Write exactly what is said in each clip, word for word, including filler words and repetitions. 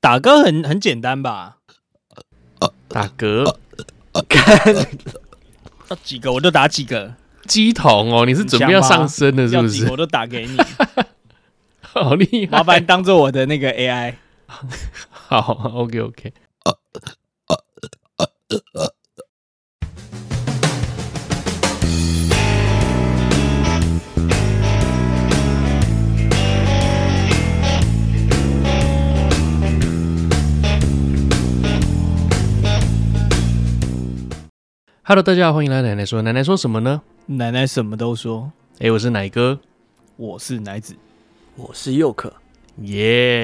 打歌很很简单吧？ 打嗝， 要几个我就打几个。 鸡桶哦，你是准备要上升的，是不是？ 要几个我都打给你， 好厉害！ 麻烦当做我的那个 A I。 好 ，OK OK。Hello， 大家好，欢迎来奶奶说。奶奶说什么呢？ 奶奶什么都说。 哎、欸，我是奶哥， 我是奶子， 我是佑可。 耶、yeah ，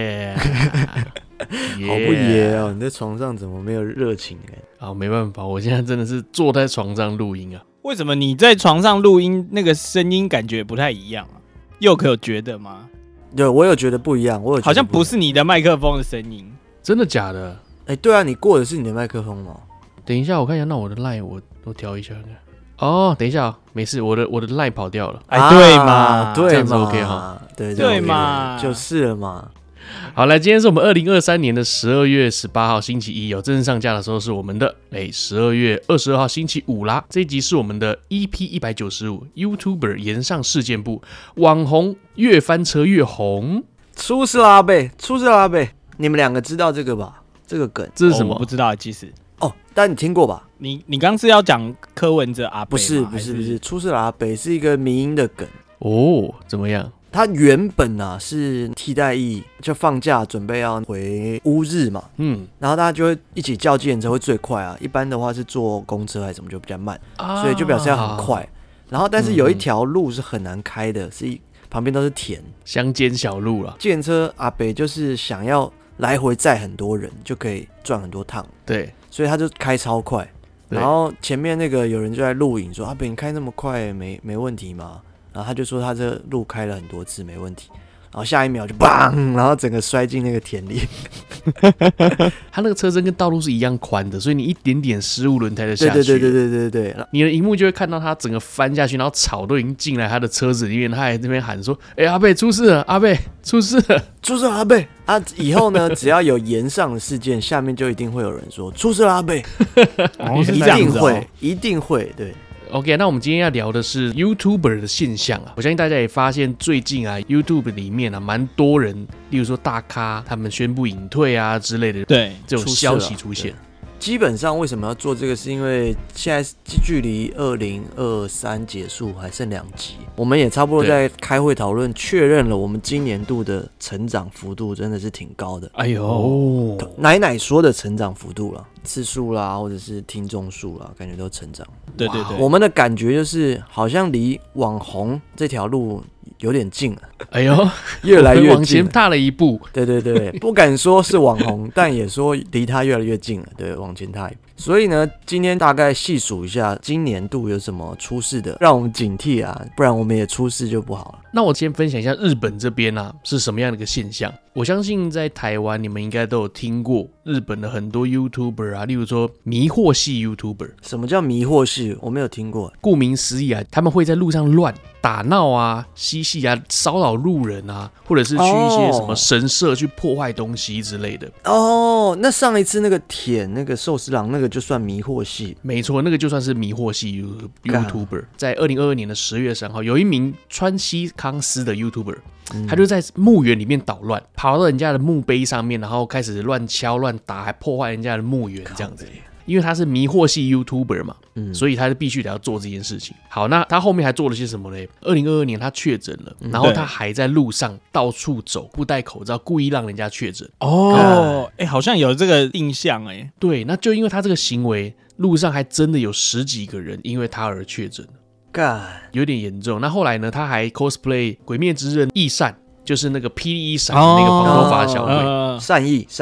好不耶哦！你在床上怎么没有热情哎？ 啊，没办法，我现在真的是坐在床上录音啊。 为什么你在床上录音那个声音感觉不太一样啊？佑可有觉得吗？ 对，我有觉得不一样，我有觉得好像不是你的麦克风的声音。 真的假的？ 哎、欸，对啊，你过的是你的麦克风吗？ 等一下，我看一下，那我的 line 我我调一下。哦，等一下，没事，我的我的 line 跑掉了。 哎，对嘛， 啊、对嘛， 这样子 OK 哈， 对对嘛， 就是了嘛。 好，来，今天是我们二零二三年的十二月十八号星期一哦，正式上架的时候是我们的哎十二月二十二号星期五啦。这一集是我们的 E P 一百九十五 YouTuber 炎上事件部，网红越翻车越红， 出事啦贝，出事啦贝，你们两个知道这个吧？这个梗这是什么？ 哦、我不知道，其实哦，但你听过吧？ 你你刚是要讲柯文哲阿北吗？ 不是不是不是，出事啦阿北是一个迷因的梗哦，怎么样？ 他原本啊是替代役，就放假准备要回乌日嘛，嗯，然后大家就会一起叫计程车会最快啊，一般的话是坐公车还是什么就比较慢，啊、所以就表示要很快。然后但是有一条路是很难开的，是旁边都是田， 乡间小路啦。 计程车阿北就是想要来回载很多人，就可以赚很多趟， 对， 所以他就开超快。然后前面那个有人就在录影说：“阿北，你开那么快，没没问题吗？”然后他就说他这路开了很多次，没问题。然后下一秒就砰，然后整个摔进那个田里。 他那个车身跟道路是一样宽的，所以你一点点失误，轮胎就下去。 对对对对对对对， 你的荧幕就会看到他整个翻下去，然后草都已经进来他的车子里面，他还在那边喊说：“哎、欸，阿贝出事了，阿贝出事了， 出事了，阿贝啊！”以后呢，只要有炎上的事件，下面就一定会有人说：“出事了，阿贝。 哦” 一定会，一定会，对。 OK， 那我们今天要聊的是 YouTuber 的现象啊。我相信大家也发现，最近啊 YouTube 里面啊，蛮多人，例如说大咖，他们宣布隐退啊之类的， 对， 这种消息出现。 基本上为什么要做这个，是因为现在距离二零二三结束还剩两集，我们也差不多在开会讨论，确认了我们今年度的成长幅度真的是挺高的。 哎呦， 奶奶说的成长幅度啦，次数啦，或者是听众数啦，感觉都成长。 对对对， 我们的感觉就是好像离网红这条路有点近了。 哎呦， 越来越近了， 往前踏了一步。 对对对，不敢说是网红，但也说离他越来越近了。对，往前踏一步。所以呢，今天大概细数一下今年度有什么出事的，让我们警惕啊，不然我们也出事就不好了。 那我先分享一下日本这边啊是什么样的一个现象。我相信在台湾你们应该都有听过日本的很多 YouTuber 啊，例如说迷惑系 YouTuber。 什么叫迷惑系？我没有听过。 顾名思义啊，他们会在路上乱打闹啊、嬉戏啊、骚扰路人啊，或者是去一些什么神社去破坏东西之类的。 哦，那上一次那个舔那个寿司郎那个就算迷惑系。 没错，那个就算是迷惑系 YouTuber。在二零二二年的十月三号，有一名川西康斯的 YouTuber。他就在墓园里面捣乱，跑到人家的墓碑上面，然后开始乱敲乱打，还破坏人家的墓园这样子。因为他是迷惑系 YouTuber 嘛，嗯、所以他就必须得要做这件事情。好，那他后面还做了些什么呢？二零二二年他确诊了，嗯、然后他还在路上到处走，不戴口罩，故意让人家确诊。 哦，哎、欸，好像有这个印象哎、欸。 对，那就因为他这个行为，路上还真的有十几个人因为他而确诊。 干， 有点严重。那后来呢？他还 cosplay 鬼灭之刃义善，就是那个霹雳一闪的那个黄头发小鬼。 哦、善意善意。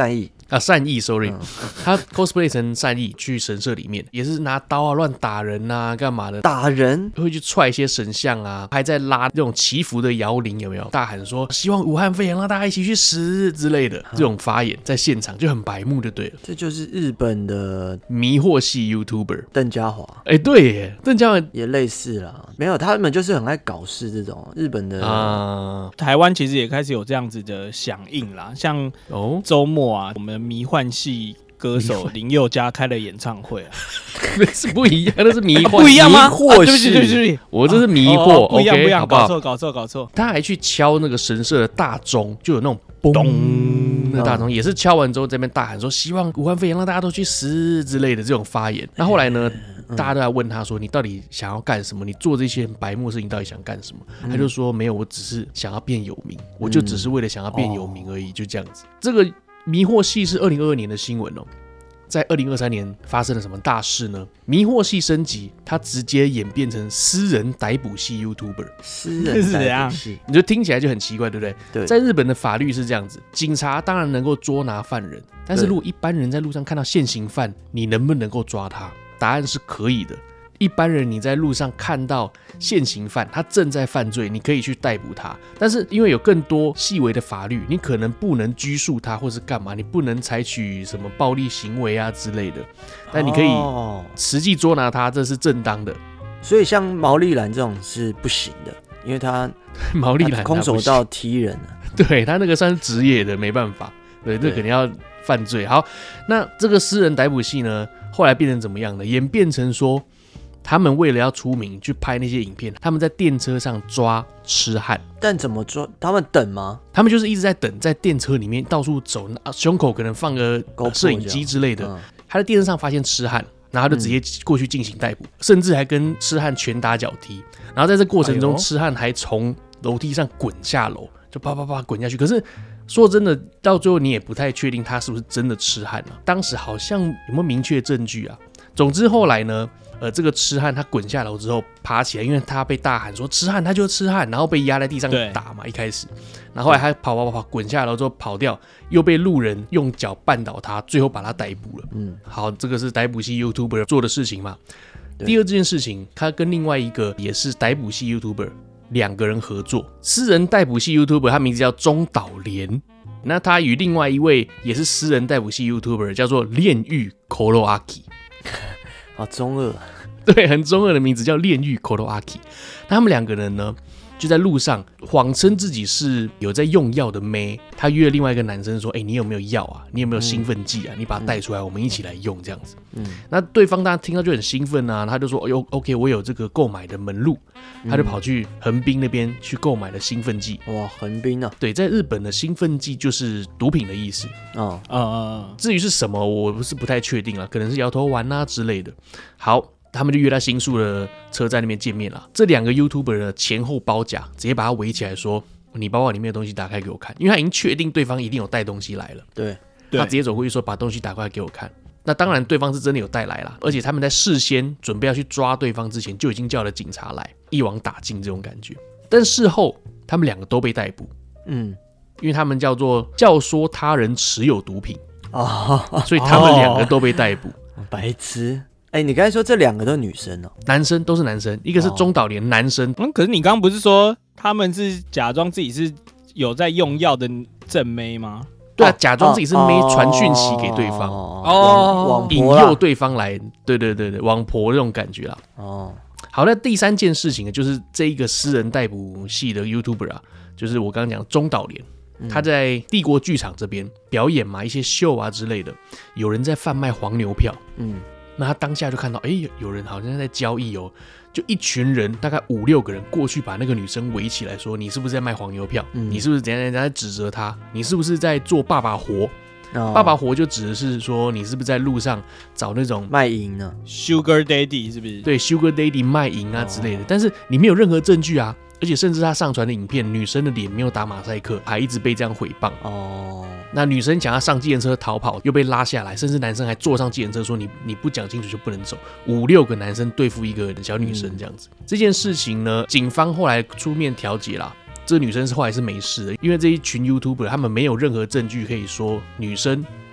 啊，善意 ，sorry，、嗯、他 cosplay 成善意去神社里面，也是拿刀啊乱打人啊，干嘛的？ 打人会去踹一些神像啊，还在拉这种祈福的摇铃，有没有？大喊说希望武汉肺炎让大家一起去死之类的，这种发言在现场就很白目就对了。 这就是日本的迷惑系 YouTuber 邓家华， 哎、欸，对耶，邓家华也类似啦，没有，他们就是很爱搞事这种日本的啊、呃。台湾其实也开始有这样子的响应啦，像周末啊，我们迷幻系歌手林宥嘉开了演唱会啊， 那是不一样，那是迷幻， 不一样吗？ 迷惑系、 啊、对不起对不起对不起， 我这是迷惑， 哦哦、不一样、okay, 不一样， 好不好？ 搞错搞错搞错。 他还去敲那个神社的大钟，就有那种咚，那大钟也是敲完之后在那边大喊说希望武汉肺炎让大家都去死之类的这种发言。那后来呢？大家都在问他说：“你到底想要干什么？你做这些白目事情到底想干什么？”嗯、他就说：“没有，我只是想要变有名，嗯、我就只是为了想要变有名而已，哦、就这样子。”这个迷惑系是二零二二年的新闻哦，在二零二三年发生了什么大事呢？迷惑系升级，它直接演变成私人逮捕系 YouTuber。 私人逮捕系， 你就听起来就很奇怪，对不对？ 对， 在日本的法律是这样子，警察当然能够捉拿犯人，但是如果一般人在路上看到现行犯，你能不能够抓他？答案是可以的。一般人你在路上看到现行犯，他正在犯罪，你可以去逮捕他。但是因为有更多细微的法律，你可能不能拘束他，或是干嘛，你不能采取什么暴力行为啊之类的。但你可以实际捉拿他，这是正当的。 所以像毛利兰这种是不行的，因为他毛利兰空手道踢人啊， 对他那个算是职业的，没办法，对，这肯定要犯罪。好，那这个私人逮捕系呢？后来变成怎么样呢？演变成说，他们为了要出名，去拍那些影片，他们在电车上抓痴汉。 但怎么抓？他们等吗？ 他们就是一直在等，在电车里面到处走，胸口可能放个摄影机之类的。嗯、他在电车上发现痴汉，然后他就直接过去进行逮捕，嗯、甚至还跟痴汉拳打脚踢。然后在这过程中，哎、痴汉还从楼梯上滚下楼，就啪啪啪滚下去。可是说真的，到最后你也不太确定他是不是真的痴汉啊。当时好像有没有明确证据啊？总之后来呢，呃，这个痴汉他滚下楼之后爬起来，因为他被大喊说痴汉，他就是痴汉，然后被压在地上打嘛，一开始，然后后来他跑跑跑跑滚下楼之后跑掉，又被路人用脚绊倒他，最后把他逮捕了。嗯，好，这个是逮捕系 YouTuber 做的事情嘛。第二件事情，他跟另外一个也是逮捕系 YouTuber。两个人合作，私人逮捕系 YouTuber， 他名字叫中岛廉。那他与另外一位也是私人逮捕系 YouTuber， 叫做炼狱 Koroaki。 好中二， 对，很中二的名字叫炼狱 Koroaki。那他们两个人呢，就在路上谎称自己是有在用药的妹，他约了另外一个男生说：“哎、欸，你有没有药啊？你有没有兴奋剂啊？你把它带出来，我们一起来用这样子。”嗯，那对方当然听到就很兴奋啊，他就说：“哎呦 ，OK， 我有这个购买的门路。”他就跑去横滨那边去购买了兴奋剂。 哇，横滨啊！ 对，在日本的兴奋剂就是毒品的意思。哦，呃，至于是什么，我不是不太确定了，可能是摇头丸啊之类的。好。他们就约在新宿的车站那边见面了。这两个 YouTuber 的前后包夹，直接把他围起来说：“你包包里面的东西打开给我看。”因为他已经确定对方一定有带东西来了。 对， 他直接走过去说：“把东西打开给我看。”那当然，对方是真的有带来啦，而且他们在事先准备要去抓对方之前，就已经叫了警察来，一网打尽这种感觉。但事后，他们两个都被逮捕。嗯，因为他们叫做教唆他人持有毒品哦，所以他们两个都被逮捕。 哦、白痴。哎、欸，你刚才说这两个都是女生哦？ 男生都是男生，一个是中岛廉、哦、男生。 嗯，可是你刚刚不是说他们是假装自己是有在用药的正妹吗？ 对啊，哦、假装自己是妹传讯息给对方，哦，引诱对方来，对对对对，网婆这种感觉啦。哦，好，那第三件事情呢，就是这一个私人逮捕系的 YouTuber 啊，就是我刚刚讲的中岛廉。他在帝国剧场这边表演嘛，一些秀啊之类的，有人在贩卖黄牛票。嗯。那他当下就看到，哎、欸，有人好像在交易哦，就一群人，大概五六个人过去把那个女生围起来，说：“你是不是在卖黄牛票？嗯、你是不是怎样怎样在指责他？你是不是在做爸爸活？哦、爸爸活就指的是说，你是不是在路上找那种卖淫呢 ？Sugar Daddy 是不是？ 对 ，Sugar Daddy 卖淫啊之类的。哦、但是你没有任何证据啊。”而且甚至他上传的影片，女生的脸没有打马赛克，还一直被这样诽谤。哦，那女生想要上计程车逃跑，又被拉下来，甚至男生还坐上计程车说你你不讲清楚就不能走。五六个男生对付一个小女生这样子，嗯、这件事情呢，警方后来出面调解啦。这女生是后来是没事的，因为这一群 YouTuber 他们没有任何证据可以说女生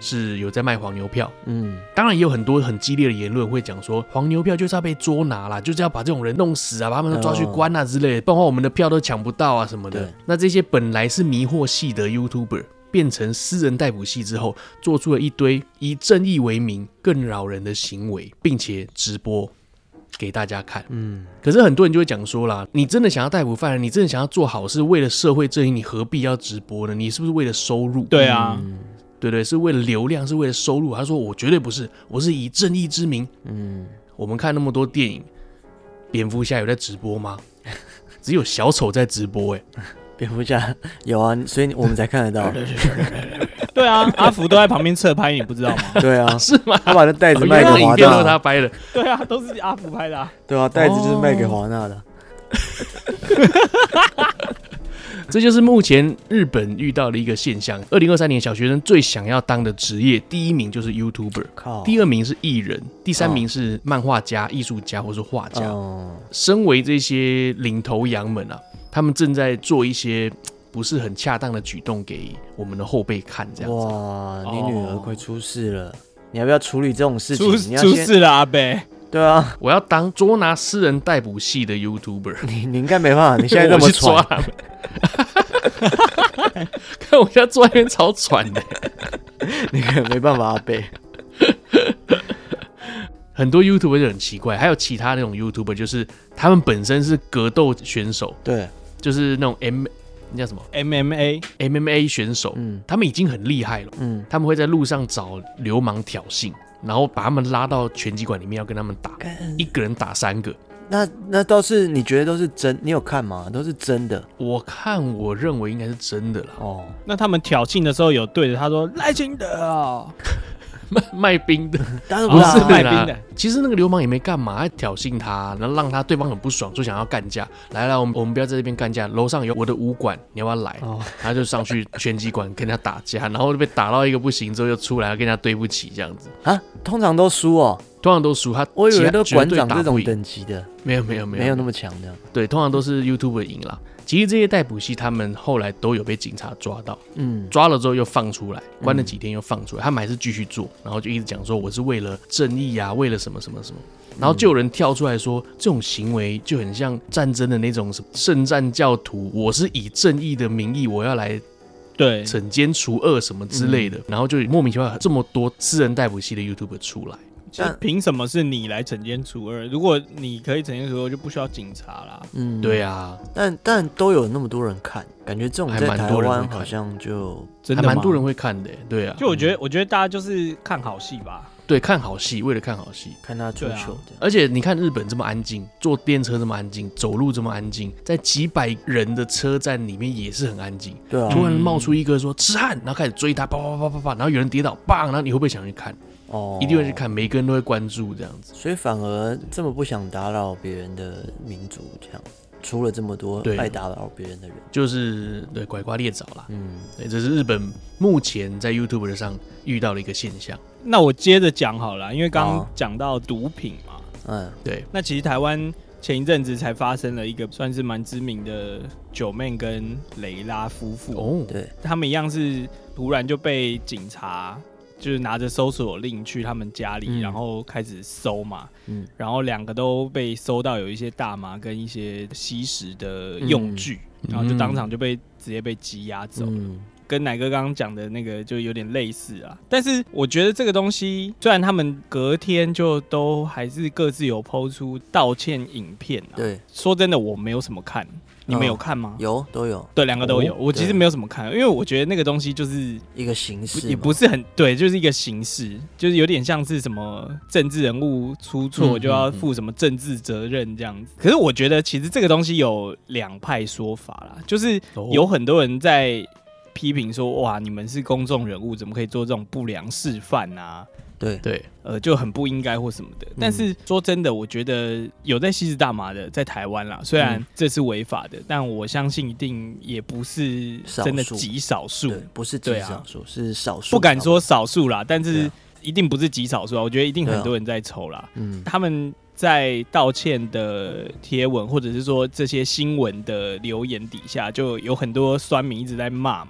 是有在卖黄牛票。 嗯， 当然也有很多很激烈的言论会讲说，黄牛票就是要被捉拿啦，就是要把这种人弄死啊，把他们抓去关啊之类的，不然的话我们的票都抢不到啊什么的。那这些本来是迷惑系的 YouTuber 变成私人逮捕系之后，做出了一堆以正义为名更扰人的行为，并且直播给大家看。嗯，可是很多人就会讲说啦，你真的想要逮捕犯人，你真的想要做好事，为了社会正义，你何必要直播呢？你是不是为了收入？ 对啊， 嗯、对对，是为了流量，是为了收入。他说我绝对不是，我是以正义之名。嗯，我们看那么多电影，蝙蝠侠有在直播吗？只有小丑在直播哎、欸。 蝙蝠侠有啊，所以我们才看得到。 对啊，阿福都在旁边侧拍，你不知道吗？ 对啊， 是吗？ 他把那袋子卖给华纳， 都是他拍的。 对啊，都是阿福拍的、啊。 对啊，袋子就是卖给华纳的。 这就是目前日本遇到的一个现象。二零二三年小学生最想要当的职业，第一名就是 YouTuber， 第二名是艺人，第三名是漫画家、艺术家或是画家。哦、身为这些领头羊们啊，他们正在做一些不是很恰当的举动给我们的后辈看，这样子。 哇，你女儿快出事了，哦、你要不要处理这种事情？ 出出事了，阿伯。 对啊， 我要当捉拿私人逮捕系的 YouTuber。 你你应该没办法，你现在那么喘。 看我现在坐在那边超喘的， 你可能没办法，阿伯。 很多 YouTuber 就很奇怪，还有其他那种 YouTuber， 就是他们本身是格斗选手， 对， 就是那种 M 那叫什么 M M A M M A 选手，嗯，他们已经很厉害了，嗯，他们会在路上找流氓挑衅，然后把他们拉到拳击馆里面要跟他们打，一个人打三个。 那那倒是你觉得都是真？你有看吗？都是真的？ 我看，我认为应该是真的啦。 哦，那他们挑衅的时候有对着他说赖清德啊。 卖冰的， 当然不是卖冰的。 其实那个流氓也没干嘛，还挑衅他，然后让他对方很不爽，就想要干架。来来，我们我们不要在这边干架，楼上有我的武馆，你要不要来？哦、他就上去拳击馆跟人家打架，然后就被打到一个不行之后，又出来跟人家对不起这样子啊。通常都输哦， 通常都输。他我以为都馆长这种等级的， 没有没有没有没有那么强的。 对，通常都是 YouTuber 赢啦。其实这些逮捕系他们后来都有被警察抓到，嗯，抓了之后又放出来，关了几天又放出来，他们还是继续做，然后就一直讲说我是为了正义啊，为了什么什么什么，然后就有人跳出来说这种行为就很像战争的那种什么圣战教徒，我是以正义的名义我要来对惩奸除恶什么之类的，嗯、然后就莫名其妙这么多私人逮捕系的 YouTuber 出来。 凭什么是你来惩奸除恶？如果你可以惩奸除恶，就不需要警察啦。 嗯，对啊， 但但都有那么多人看，感觉这种在台湾好像就真的还蛮多人会看的。对啊， 就我觉得，我觉得大家就是看好戏吧。 对，看好戏，为了看好戏， 看他出糗的。 而且你看日本这么安静，坐电车这么安静，走路这么安静，在几百人的车站里面也是很安静。 对啊， 突然冒出一个说痴汉，然后开始追他，啪啪啪啪啪，然后有人跌倒，棒，然后你会不会想去看？哦，一定会去看，每个人都会关注这样子。 所以反而这么不想打扰别人的民族，这样出了这么多爱打扰别人的人， 就是对拐瓜裂枣啦。嗯，对，这是日本目前在 YouTube 上遇到的一个现象。 那我接着讲好了，因为刚刚讲到毒品嘛， 嗯，对。 那其实台湾前一阵子才发生了一个算是蛮知名的九妹跟雷拉夫妇， 哦，对， 他们一样是突然就被警察。就是拿着搜索令去他们家里，嗯、然后开始搜嘛，嗯、然后两个都被搜到有一些大麻跟一些吸食的用具，嗯、然后就当场就被直接被羁押走了。嗯、跟乃哥刚刚讲的那个就有点类似啊，但是我觉得这个东西虽然他们隔天就都还是各自有 po 出道歉影片啊， 对， 说真的我没有什么看。你们有看吗？ 哦、有，都有。 对，两个都有。哦、我其实没有什么看，因为我觉得那个东西就是一个形式， 也不是很对，就是一个形式，就是有点像是什么政治人物出错就要负什么政治责任这样子。嗯嗯嗯、可是我觉得其实这个东西有两派说法啦，就是有很多人在批评说，哇，你们是公众人物，怎么可以做这种不良示范啊？ 对对， 呃，就很不应该或什么的。但是说真的，我觉得有在吸食大麻的，在台湾啦，虽然这是违法的，嗯、但我相信一定也不是真的极少数， 不是极少数，啊、是少数。 不敢说少数啦，但是一定不是极少数啊。我觉得一定很多人在抽啦。嗯，他们在道歉的贴文，或者是说这些新闻的留言底下，就有很多酸民一直在骂嘛。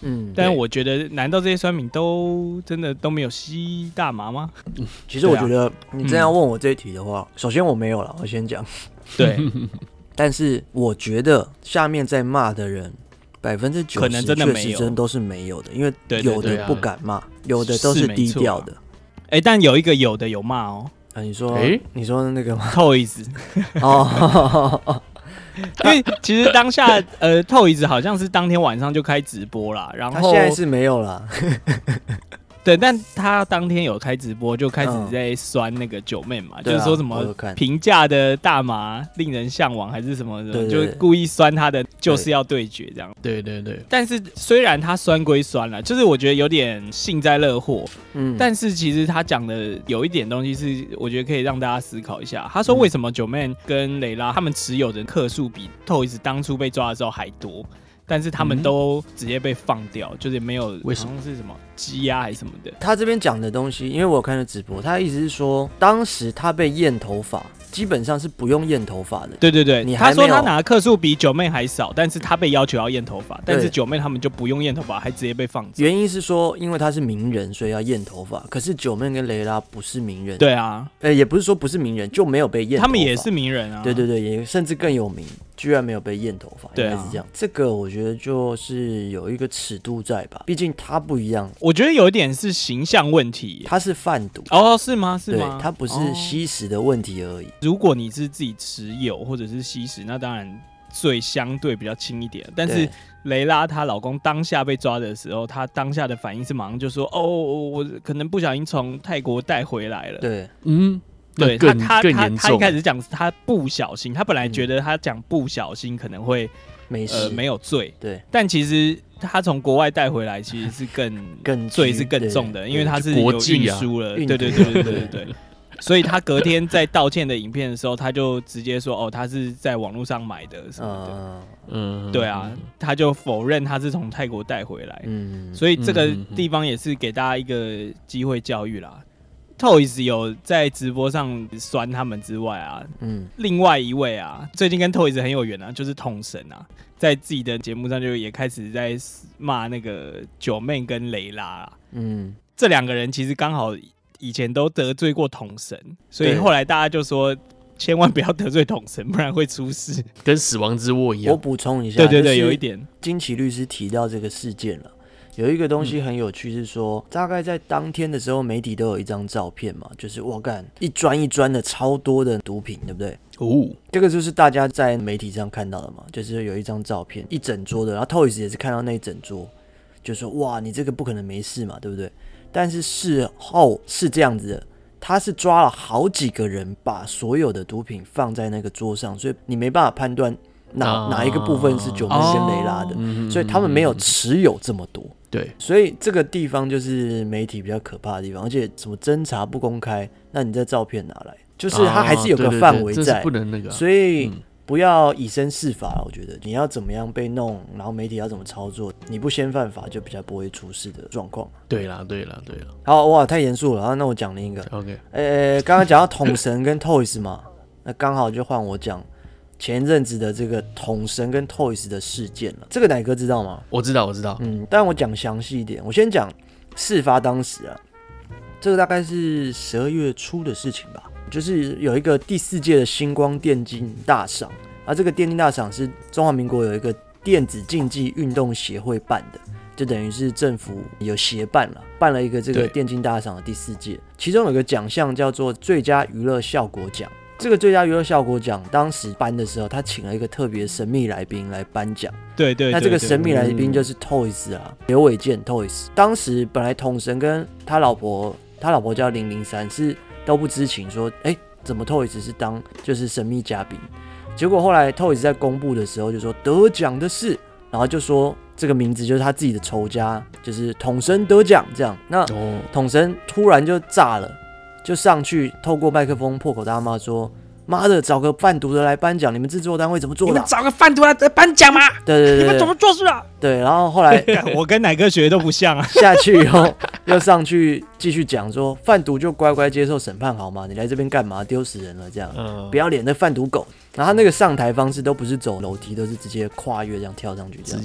嗯，但我觉得，难道这些酸民都真的都没有吸大麻吗？ 其实我觉得，你真要问我这一题的话，嗯、首先我没有了，我先讲。 对， 但是我觉得下面在骂的人，百分之九十确实真都是没有的，因为有的不敢骂，有的都是低调的。 哎、欸，但有一个有的有骂哦。 啊，你说，欸、你说那个吗 ？Toys 哦，因为其实当下呃 ，Toys 好像是当天晚上就开直播啦，然后他现在是没有啦。 对，但他当天有开直播，就开始在酸那个九妹嘛，嗯、就是说什么平价的大麻令人向往，还是什么的，对对对，就故意酸他的，就是要对决这样。 对对对。 但是虽然他酸归酸了，就是我觉得有点幸灾乐祸。嗯。但是其实他讲的有一点东西是，我觉得可以让大家思考一下。他说为什么九妹跟蕾拉他们持有的克数比 Toys 当初被抓的时候还多？但是他们都直接被放掉，嗯、就是没有，好像是什么羁押还是什么的。 他这边讲的东西，因为我有看到直播，他的意思是说，当时他被验头发，基本上是不用验头发的。 对对对，你他说他拿的克数比九妹还少，但是他被要求要验头发，但是九妹他们就不用验头发，还直接被放走。 原因是说，因为他是名人，所以要验头发。可是九妹跟蕾拉不是名人。 对啊， 呃，也不是说不是名人就没有被验头发， 他们也是名人啊。 对对对，也甚至更有名。居然没有被验头发，应该是这样。这个我觉得就是有一个尺度在吧，毕竟他不一样。 我觉得有一点是形象问题， 他是贩毒哦，是吗？是吗？ 对，他不是吸食的问题而已。哦、 如果你是自己持有或者是吸食，那当然罪相对比较轻一点。但是蕾拉她老公当下被抓的时候，她当下的反应是马上就说：“哦，我可能不小心从泰国带回来了。” 对， 嗯。 对他，他他他一开始讲他不小心，他本来觉得他讲不小心可能会没事、 呃、没有罪， 对， 但其实他从国外带回来其实是更更罪是更重的，因为他是有运输了，对对对对对对对，所以他隔天在道歉的影片的时候，他就直接说哦，他是在网络上买的什么的，嗯，对啊，他就否认他是从泰国带回来，嗯，所以这个地方也是给大家一个机会教育啦。Toys 有在直播上酸他们之外啊，嗯，另外一位啊，最近跟 Toys 很有缘啊，就是统神啊，在自己的节目上就也开始在骂那个九妹跟蕾拉啊，嗯，这两个人其实刚好以前都得罪过统神，所以后来大家就说千万不要得罪统神，不然会出事， 跟死亡之握一样。 我补充一下， 对对对，有一点， 金奇律师提到这个事件了。有一个东西很有趣，是说、嗯、大概在当天的时候，媒体都有一张照片嘛，就是我干一砖一砖的超多的毒品，对不对？哦，这个就是大家在媒体上看到的嘛，就是有一张照片，一整桌的，然后 Toys 也是看到那一整桌，就说哇，你这个不可能没事嘛，对不对？但是事后是这样子的，他是抓了好几个人，把所有的毒品放在那个桌上，所以你没办法判断哪、啊、哪一个部分是九妹跟蕾拉的、哦，所以他们没有持有这么多。 对， 所以这个地方就是媒体比较可怕的地方，而且什么侦查不公开，那你这照片拿来，就是它还是有个范围在，啊、对对对， 不能那个、啊， 所以不要以身试法。我觉得你要怎么样被弄，然后媒体要怎么操作，你不先犯法就比较不会出事的状况。 对啦，对啦，对啦。 好哇，太严肃了啊！那我讲另一个 ，OK， 呃，刚刚讲到统神跟 Toys 嘛，那刚好就换我讲。前阵子的这个统神跟 Toys 的事件了，这个奶哥知道吗？ 我知道，我知道。 嗯，但我讲详细一点，我先讲事发当时啊，这个大概是十二月初的事情吧，就是有一个第四届的星光电竞大赏，而这个电竞大赏是中华民国有一个电子竞技运动协会办的，就等于是政府有协办了，办了一个这个电竞大赏的第四届，其中有个奖项叫做最佳娱乐效果奖。这个最佳娱乐效果奖当时颁的时候，他请了一个特别神秘来宾来颁奖。 对 对, 对， 那这个神秘来宾就是 Toys 啊，刘伟健 Toys。当时本来统神跟他老婆，他老婆叫零零三，是都不知情说，哎，怎么 Toys 是当就是神秘嘉宾？结果后来 Toys 在公布的时候就说得奖的是，然后就说这个名字就是他自己的仇家，就是统神得奖这样。那统神突然就炸了。就上去透过麦克风破口大骂说：“妈的，找个贩毒的来颁奖，你们制作单位怎么做的？ 你们找个贩毒来颁奖吗？ 对对 对, 对， 你们怎么做事啊？” 对，然后后来我跟奶哥学的都不像啊。 下去以后又上去继续讲说：“贩毒就乖乖接受审判好吗？你来这边干嘛？丢死人了这样，嗯、不要脸的贩毒狗。”然后他那个上台方式都不是走楼梯，都是直接跨越这样跳上去这样， 直接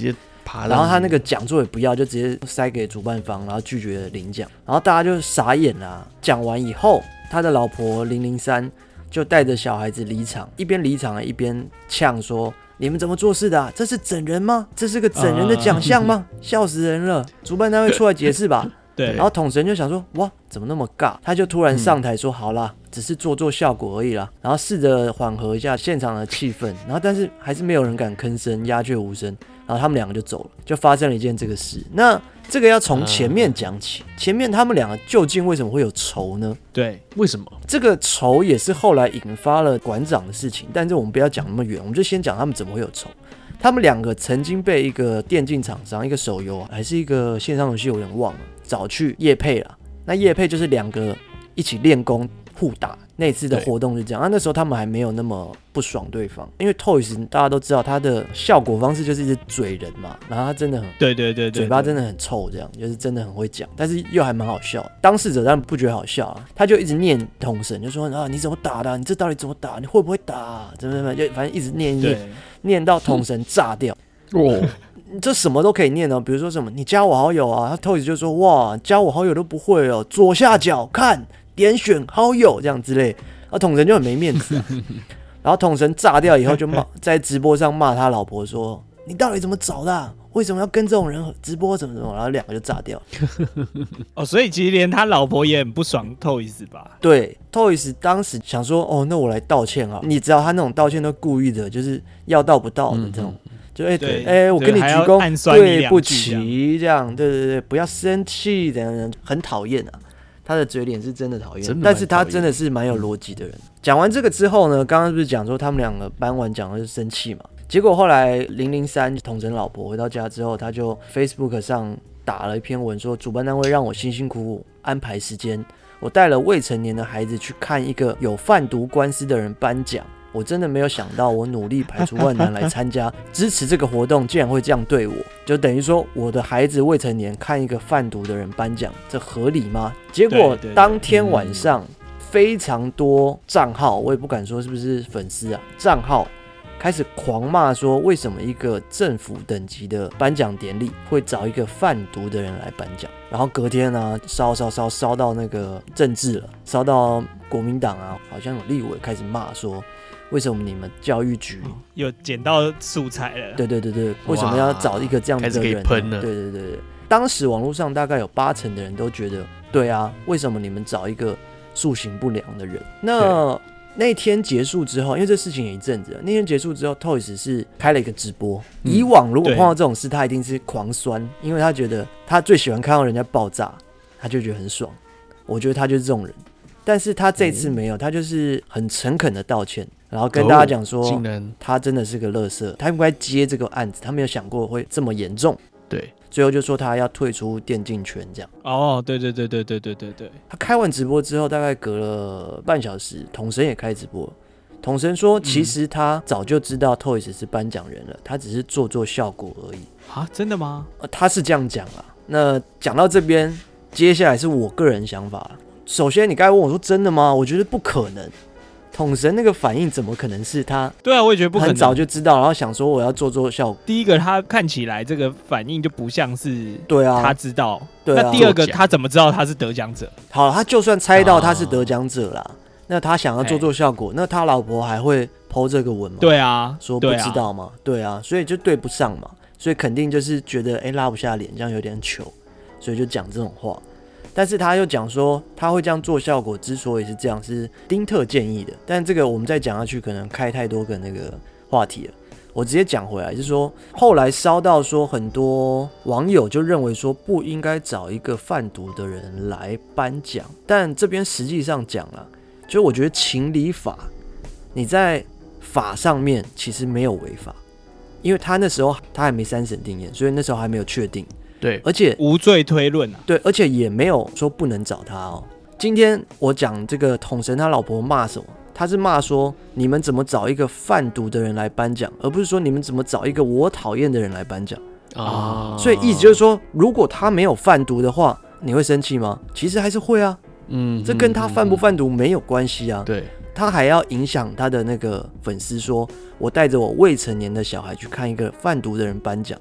然后他那个讲座也不要，就直接塞给主办方，然后拒绝领奖，然后大家就傻眼啦。讲完以后，他的老婆零零三就带着小孩子离场，一边离场一边呛说：“你们怎么做事的、啊？这是整人吗？这是个整人的奖项吗？笑死人了！主办单位出来解释吧。”对，然后统神就想说，哇，怎么那么尬？他就突然上台说，嗯、好啦，只是做做效果而已啦，然后试着缓和一下现场的气氛，然后但是还是没有人敢吭声，鸦雀无声，然后他们两个就走了，就发生了一件这个事。那这个要从前面讲起，嗯、前面他们两个究竟为什么会有仇呢？ 对，为什么？ 这个仇也是后来引发了馆长的事情，但是我们不要讲那么远，我们就先讲他们怎么会有仇。他们两个曾经被一个电竞厂商，一个手游还是一个线上游戏，有点忘了，找去业配啦。那业配就是两个一起练功互打，那次的活动就这样。那那时候他们还没有那么不爽对方，因为 Toys 大家都知道他的效果方式就是一直嘴人嘛，然后他真的很对对 对, 对, 对， 嘴巴真的很臭，这样就是真的很会讲，但是又还蛮好笑。当事者当然不觉得好笑啊，他就一直念统神，就说啊你怎么打的、啊？你这到底怎么打？你会不会打、啊？怎么怎么就反正一直念一念。念到统神炸掉哦，这什么都可以念哦，比如说什么你加我好友啊，他 Toys 就说哇加我好友都不会哦，左下角看点选好友这样之类，啊统神就很没面子、啊，然后统神炸掉以后就骂在直播上骂他老婆说你到底怎么找的、啊？为什么要跟这种人直播怎么怎么？然后两个就炸掉。 哦，所以其实连他老婆也很不爽 Toys 吧？ 对 ，Toys 当时想说，哦，那我来道歉啊！你知道他那种道歉都故意的，就是要到不到的这种，嗯、就哎哎、欸欸，我跟你鞠躬，对不起，这样，对对对，不要生气，这样很讨厌啊。他的嘴脸是真的讨厌，但是他真的是蛮有逻辑的人。讲完这个之后呢，刚刚是不是讲说他们两个颁完奖就生气嘛？结果后来零零三统神老婆回到家之后，他就 Facebook 上打了一篇文说，主办单位让我辛辛苦苦安排时间，我带了未成年的孩子去看一个有贩毒官司的人颁奖。我真的没有想到，我努力排除万难来参加支持这个活动，竟然会这样对我，就等于说我的孩子未成年看一个贩毒的人颁奖，这合理吗？结果当天晚上非常多账号，我也不敢说是不是粉丝啊，账号开始狂骂说，为什么一个政府等级的颁奖典礼会找一个贩毒的人来颁奖？然后隔天呢，烧烧烧烧到那个政治了，烧到国民党啊，好像有立委开始骂说，为什么你们教育局有捡到素材了？ 对对对对，为什么要找一个这样的人、啊？开始可以喷了。对对对对，当时网络上大概有八成的人都觉得，对啊，为什么你们找一个素行不良的人？那那天结束之后，因为这事情也一阵子了，那天结束之后 Toys 是开了一个直播、嗯、以往如果碰到这种事他一定是狂酸，因为他觉得他最喜欢看到人家爆炸，他就觉得很爽，我觉得他就是这种人。但是他这次没有，他就是很诚恳的道歉，然后跟大家讲说、哦、他真的是个垃圾，他应该接这个案子，他没有想过会这么严重。 对， 最后就说他要退出电竞圈这样。 哦，对对对对对对对对。 他开完直播之后，大概隔了半小时，统神也开直播。统神说，其实他早就知道 Toys 是颁奖人了，嗯、他只是做做效果而已。 啊，真的吗？ 呃、他是这样讲啊。那讲到这边，接下来是我个人想法了。首先，你刚才问我说真的吗？我觉得不可能。统神那个反应怎么可能是他？ 对啊，我也觉得不可能。 很早就知道，然后想说我要做做效果。 第一个，他看起来这个反应就不像是对啊， 他知道。 对啊。 那第二个，他怎么知道他是得奖者？ 好，他就算猜到他是得奖者啦，啊、那他想要做做效果，那他老婆还会 po 这个文吗？ 对啊， 说不知道吗？对啊，所以就对不上嘛，所以肯定就是觉得哎、欸、拉不下脸，这样有点糗，所以就讲这种话。但是他又讲说他会这样做效果之所以是这样是丁特建议的，但这个我们再讲下去可能开太多个那个话题了，我直接讲回来，就是说后来烧到说很多网友就认为说不应该找一个贩毒的人来颁奖，但这边实际上讲了，就我觉得情理法你在法上面其实没有违法，因为他那时候他还没三审定谳，所以那时候还没有确定。 对， 而且无罪推论啊。 对，而且也没有说不能找他哦。今天我讲这个统神他老婆骂什么？他是骂说你们怎么找一个贩毒的人来颁奖，而不是说你们怎么找一个我讨厌的人来颁奖啊。所以意思就是说，如果他没有贩毒的话，你会生气吗？其实还是会啊。嗯，这跟他贩不贩毒没有关系啊。 对， 他还要影响他的那个粉丝说，我带着我未成年的小孩去看一个贩毒的人颁奖。 对。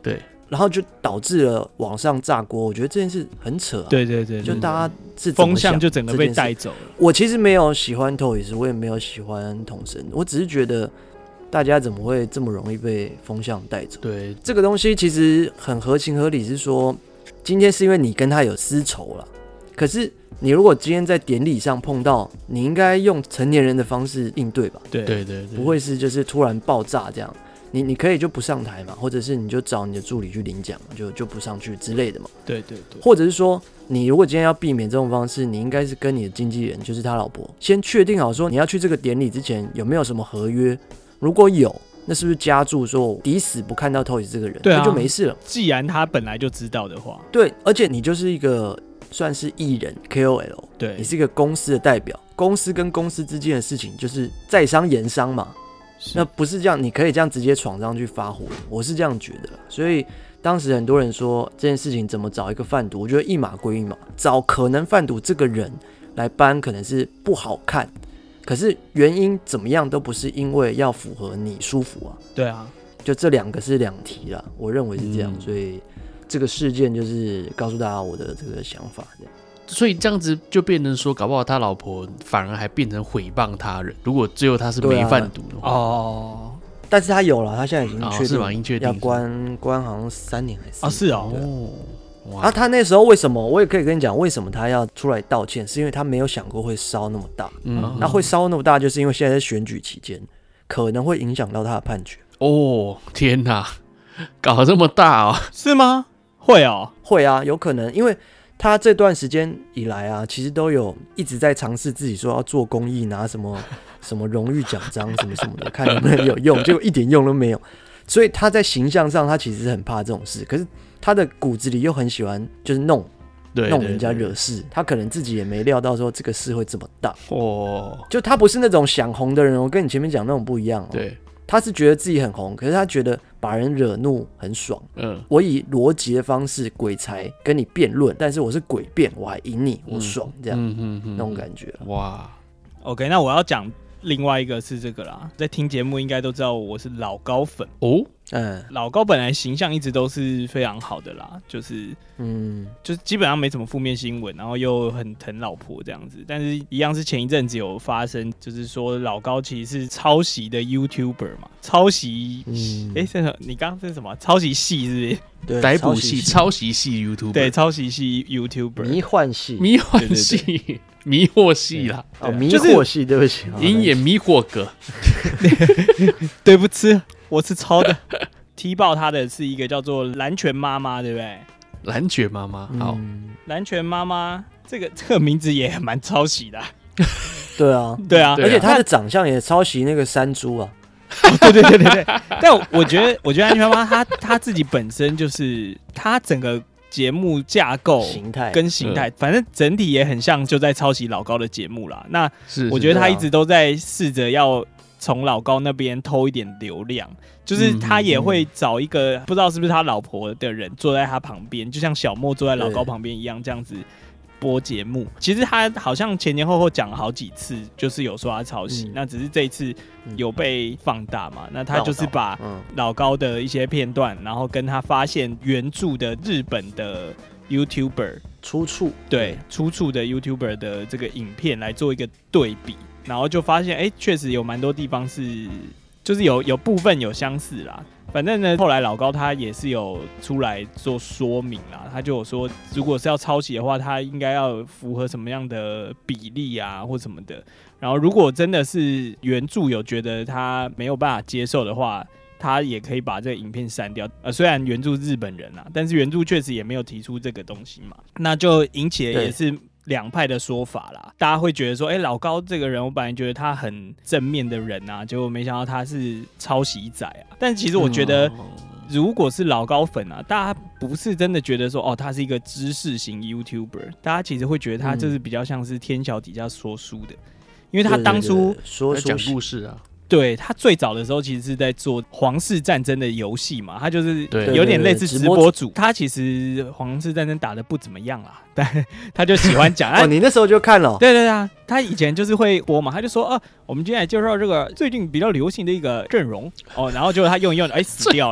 然后就导致了网上炸锅。我觉得这件事很扯啊。 对对 对, 对， 就大家是怎么想风向就整个被带走了。 我其实没有喜欢 Toys， 我也没有喜欢统神，我只是觉得大家怎么会这么容易被风向带走？ 对， 这个东西其实很合情合理，是说今天是因为你跟他有私仇了，可是你如果今天在典礼上碰到，你应该用成年人的方式应对吧？ 对对 对, 对， 不会是就是突然爆炸这样。你你可以就不上台嘛，或者是你就找你的助理去领奖嘛，就就不上去之类的嘛。 对对对， 或者是说，你如果今天要避免这种方式，你应该是跟你的经纪人，就是他老婆，先确定好说你要去这个典礼之前有没有什么合约，如果有，那是不是加注说我抵死不看到 Toys 这个人， 对啊， 那就没事了。 既然他本来就知道的话， 对，而且你就是一个算是艺人 K O L， 对， 你是一个公司的代表，公司跟公司之间的事情就是在商言商嘛。那不是这样，你可以这样直接闯上去发火，我是这样觉得。所以当时很多人说这件事情怎么找一个贩毒，我觉得一码归一码，找可能贩毒这个人来搬可能是不好看，可是原因怎么样都不是因为要符合你舒服啊。 对啊， 就这两个是两题啦，我认为是这样， 嗯、 所以这个事件就是告诉大家我的这个想法这样。 所以这样子就变成说，搞不好他老婆反而还变成诽谤他人。如果最后他是没贩毒的话， 啊、哦，但是他有了，他现在已经确定， 哦、是吧？已经确定要关关好像三年还是啊、哦？是哦。 然后、啊、他那时候为什么？我也可以跟你讲，为什么他要出来道歉，是因为他没有想过会烧那么大。嗯，那会烧那么大，就是因为现在在选举期间，可能会影响到他的判决。 哦，天哪，搞这么大哦？ 是吗？会哦， 会啊，有可能，因为。他这段时间以来啊，其实都有一直在尝试自己说要做公益，拿什么什么荣誉奖章什么什么的，看能不能有用，结果一点用都没有。所以他在形象上，他其实很怕这种事，可是他的骨子里又很喜欢就是弄， 对弄人家惹事。他可能自己也没料到说这个事会这么大。 哦， 就他不是那种想红的人，我跟你前面讲那种不一样哦。 对。 他是觉得自己很红，可是他觉得把人惹怒很爽。嗯，我以逻辑的方式鬼才跟你辩论，但是我是诡辩，我还赢你，我爽，这样、嗯嗯嗯、那种感觉。 哇 ，OK， 那我要讲另外一个是这个啦，在听节目应该都知道我是老高粉哦。 嗯，老高本来形象一直都是非常好的啦，就是嗯，就是基本上没什么负面新闻，然后又很疼老婆这样子。但是一样是前一阵子有发生，就是说老高其实是抄袭的 YouTuber 嘛，抄袭，哎、嗯，欸，你刚刚是什么？抄袭系是不是？ 对， 逮捕系、抄袭系 YouTuber， 对，抄袭系 YouTuber， 迷幻系、 迷幻系、迷惑系啦， 哦，迷惑系，对不起， 鹰眼迷惑哥， 对不起。我是抄的，踢爆他的是一个叫做蓝泉妈妈，对不对？ 蓝泉妈妈，好， 嗯、蓝泉妈妈这个这个名字也蛮抄袭的、啊。 对啊， 对啊， 而且他的长相也抄袭那个山猪啊。 哦、对对对对对，但我觉得，我觉得蓝泉妈妈她她自己本身就是她整个节目架构形态跟形态、嗯，反正整体也很像就在抄袭老高的节目啦。那是我觉得他一直都在试着要。从老高那边偷一点流量，就是他也会找一个、嗯、不知道是不是他老婆的人坐在他旁边，就像小莫坐在老高旁边一样，这样子播节目。其实他好像前前后后讲了好几次，就是有说他抄袭、嗯，那只是这一次有被放大嘛。那他就是把老高的一些片段，然后跟他发现原著的日本的 YouTuber 出处， 对出处的 YouTuber 的这个影片来做一个对比。然后就发现，哎，确实有蛮多地方是，就是有有部分有相似啦。反正呢，后来老高他也是有出来做说明啦，他就有说，如果是要抄袭的话，他应该要符合什么样的比例啊，或什么的。然后如果真的是原著有觉得他没有办法接受的话，他也可以把这个影片删掉。呃，虽然原著日本人啊，但是原著确实也没有提出这个东西嘛，那就引起了也是。两派的说法啦，大家会觉得说，哎、欸，老高这个人，我本来觉得他很正面的人啊，结果没想到他是抄袭仔啊。但其实我觉得，如果是老高粉啊，大家不是真的觉得说，哦，他是一个知识型 YouTuber， 大家其实会觉得他就是比较像是天桥底下说书的，因为他当初说讲故事啊。 对，他最早的时候其实是在做皇室战争的游戏嘛，他就是有点类似直播主。他其实皇室战争打得不怎么样啦，但他就喜欢讲。 哦，你那时候就看了、哦？ 对对对啊，他以前就是会播嘛，他就说，哦、啊，我们今天来介绍这个最近比较流行的一个阵容哦，然后结果他用一用，哎，死掉了。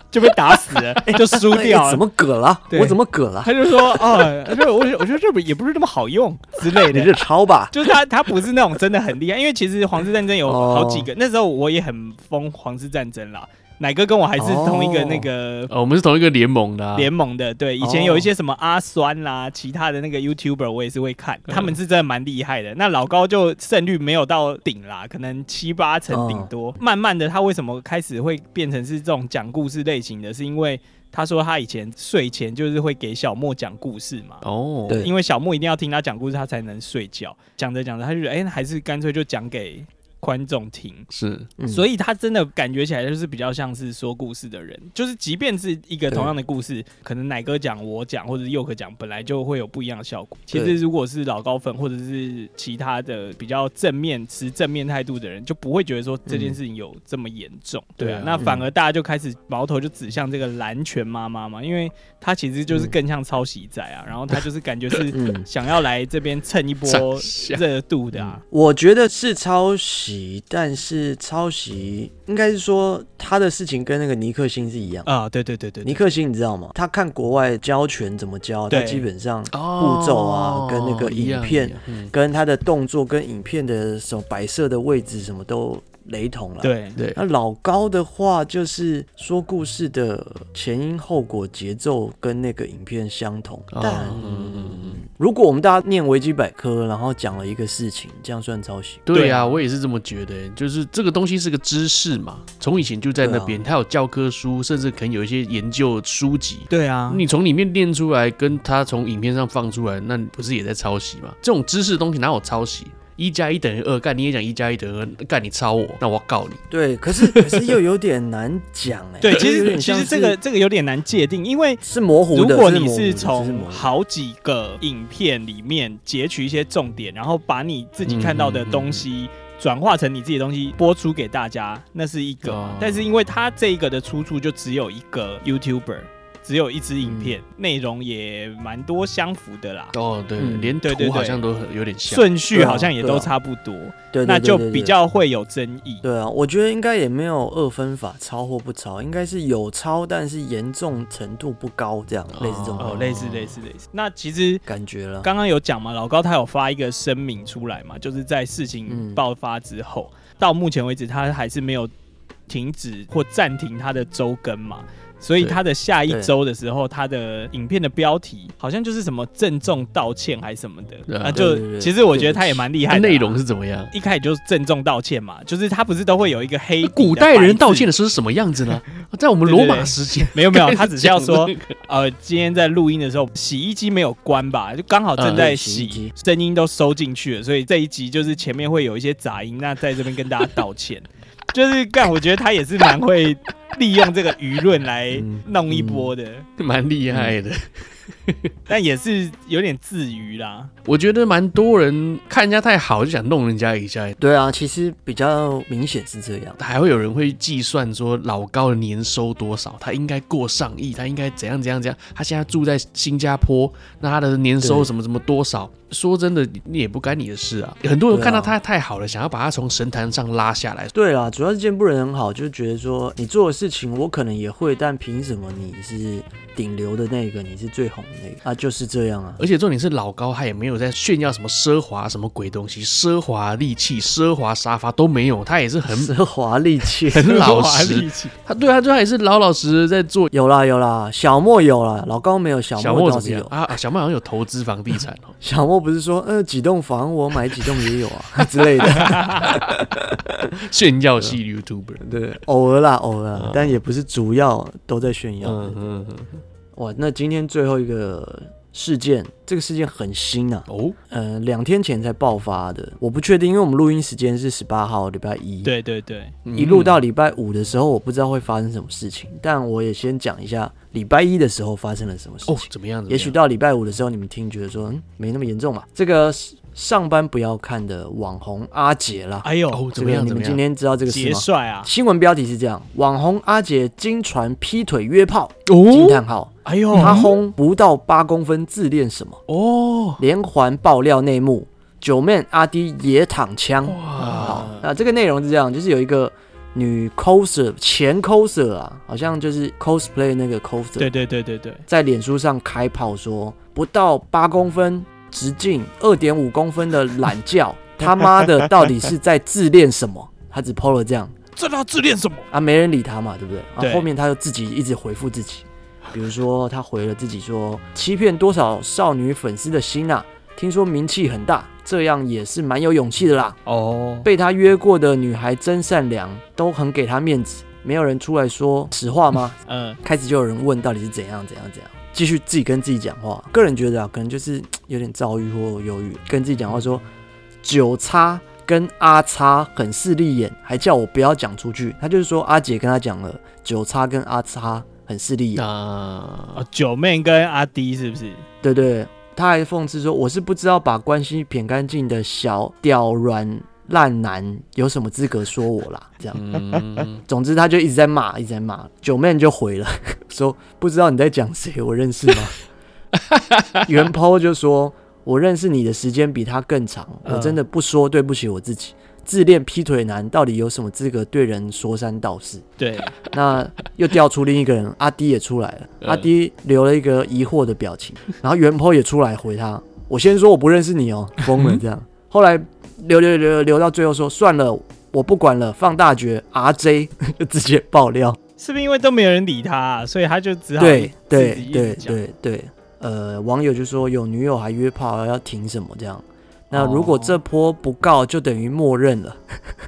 就被打死了，就输掉了。 欸、怎么葛了？我怎么葛了？ 他就说哦，他说我我觉得这也不是这么好用之类的。 你是抄吧？ 就是他他不是那种真的很厉害，因为其实皇室战争有好几个，哦、那时候我也很疯皇室战争啦。奶哥跟我还是同一个那个， 哦，我们是同一个联盟的、啊， 联盟的。对，以前有一些什么阿酸啦，哦、其他的那个 YouTuber 我也是会看，他们是真的蛮厉害的。那老高就胜率没有到顶啦，可能七八成顶多。哦、慢慢的，他为什么开始会变成是这种讲故事类型的？是因为他说他以前睡前就是会给小莫讲故事嘛。哦，对，因为小莫一定要听他讲故事，他才能睡觉。讲着讲着，他就觉得，哎、欸，还是干脆就讲给观众听， 是、 嗯，所以他真的感觉起来就是比较像是说故事的人，就是即便是一个同样的故事，可能奶哥讲、我讲或者是佑可讲，本来就会有不一样的效果。其实如果是老高粉或者是其他的比较正面持正面态度的人，就不会觉得说这件事情有这么严重，嗯、对啊，那反而大家就开始矛头就指向这个蓝拳妈妈嘛，因为他其实就是更像抄袭仔啊，然后他就是感觉是想要来这边蹭一波热度的啊。 我觉得是抄袭。但是抄袭应该是说他的事情跟那个尼克星是一样啊，对对对 对, 对， 尼克星你知道吗？他看国外教拳怎么教，他基本上步骤啊，跟那个影片，跟他的动作，跟影片的什么摆设的位置什么都雷同了。 对对， 那老高的话就是说故事的前因后果、节奏跟那个影片相同，哦、但、嗯、如果我们大家念维基百科，然后讲了一个事情，这样算抄袭？ 对啊，我也是这么觉得，就是这个东西是个知识嘛，从以前就在那边，它、啊、有教科书，甚至可能有一些研究书籍。 对啊， 你从里面念出来，跟他从影片上放出来，那不是也在抄袭吗？这种知识的东西哪有抄袭？一加一等于二，干你也讲一加一等于二，干你抄我，那我要告你。 对，可是可是又有点难讲哎。 对，其实其实这个这个有点难界定，因为是模糊的。 如果你是从好几个影片里面截取一些重点，然后把你自己看到的东西转化成你自己的东西播出给大家，那是一个。哦、但是因为他这一个的出处就只有一个 YouTuber。只有一支影片，内、嗯、容也蛮多相符的啦。 哦，对，嗯、连图好像都有点像， 顺序好像也都差不多。对、啊，那就比较会有争议。 对啊，我觉得应该也没有二分法，抄或不抄，应该是有抄，但是严重程度不高，这样、哦、类似这种。 哦，类似类似类似。那其实感觉了， 刚刚有讲嘛，老高他有发一个声明出来嘛，就是在事情爆发之后，嗯、到目前为止他还是没有停止或暂停他的周更嘛。所以他的下一周的时候，他的影片的标题好像就是什么郑重道歉还是什么的啊，就其实我觉得他也蛮厉害的、啊。 内容是怎么样？ 一开始就是郑重道歉嘛，就是他不是都会有一个黑古代人道歉的时候是什么样子呢？在我们罗马时期， 没有没有，他只是要说，呃，今天在录音的时候，洗衣机没有关吧，就刚好正在洗，声、嗯、音都收进去了，所以这一集就是前面会有一些杂音，那在这边跟大家道歉。就是干，我觉得他也是蛮会利用这个舆论来弄一波的， 蛮、嗯、厉害的。 但也是有点自娱啦。 我觉得蛮多人看人家太好就想弄人家一下。 对啊，其实比较明显是这样。 还会有人会计算说老高的年收多少，他应该过上亿，他应该怎样怎样怎样。他现在住在新加坡，那他的年收什么什么多少？说真的，你也不干你的事啊。很多人看到他太好了，想要把他从神坛上拉下来。 对啦，主要是见不人很好，就是觉得说你做的事情我可能也会，但凭什么你是顶流的那个，你是最红的那个啊？就是这样啊。 而且重点是老高他也没有在炫耀什么奢华什么鬼东西，奢华利器、奢华沙发都没有，他也是很奢华利器、 很老实。他对啊，他也是老老实实在做。 有啦有啦，小莫有啦，老高没有，小莫倒是有啊。小莫好像有投资房地产哦。 小莫不是说呃几栋房我买几栋也有啊之类的， 炫耀系 YouTuber。 对，偶尔啦偶尔啦、嗯，但也不是主要都在炫耀。嗯嗯嗯。哇，那今天最后一个事件，这个事件很新啊。哦，呃，两天前才爆发的，我不确定，因为我们录音时间是十八号，礼拜一。 对对对， 一录到礼拜五的时候，我不知道会发生什么事情，但我也先讲一下礼拜一的时候发生了什么事情。 哦，怎么样？ 也许到礼拜五的时候，你们听觉得说，嗯，没那么严重嘛。这个上班不要看的网红阿杰啦。 哎呦， 哦、怎么样？ 你们今天知道这个事吗？ 杰帅啊！ 新闻标题是这样：网红阿杰经传劈腿约炮，惊叹号！ 哎呦， 他轰不到八公分自恋什么？哦，连环爆料内幕，九妹阿弟也躺枪。哇！好，那这个内容是这样，就是有一个女 coser 前 coser 啊，好像就是 cosplay 那个 coser， 对对对对对， 在脸书上开炮说不到八公分直径二点五公分的懒觉，他妈的到底是在自恋什么？他只 po 了这样， 这他自恋什么啊？没人理他嘛，对不对？然对后后面他就自己一直回复自己，比如说他回了自己说，欺骗多少少女粉丝的心啊！听说名气很大，这样也是蛮有勇气的啦。 哦， 被他约过的女孩真善良，都很给他面子，没有人出来说实话吗？嗯，开始就有人问到底是怎样怎样怎样，继续自己跟自己讲话。个人觉得啊，可能就是有点躁郁或忧郁，跟自己讲话说九叉跟阿叉很势利眼，还叫我不要讲出去。他就是说阿姐跟他讲了九叉跟阿叉很势利眼啊，哦，九妹跟阿弟是不是？ 对对。他还讽刺说：“我是不知道把关系撇干净的小屌软烂男有什么资格说我啦。”这样，嗯、总之他就一直在骂，一直在骂。九妹就回了说：“不知道你在讲谁，我认识吗？”原 po 就说：“我认识你的时间比他更长，我真的不说对不起我自己。自恋劈腿男到底有什么资格对人说三道四？” 对， 那又调出另一个人，阿 D 也出来了。阿 D 留了一个疑惑的表情，然后原 po 也出来回他：“我先说我不认识你哦，疯了这样。”后来留留留留到最后说：“算了，我不管了，放大决 R J 就直接爆料， 是不是因为都没有人理他、啊，所以他就只好对对对对对，呃，网友就说有女友还约炮要停什么这样。那如果这波不告，就等于默认了。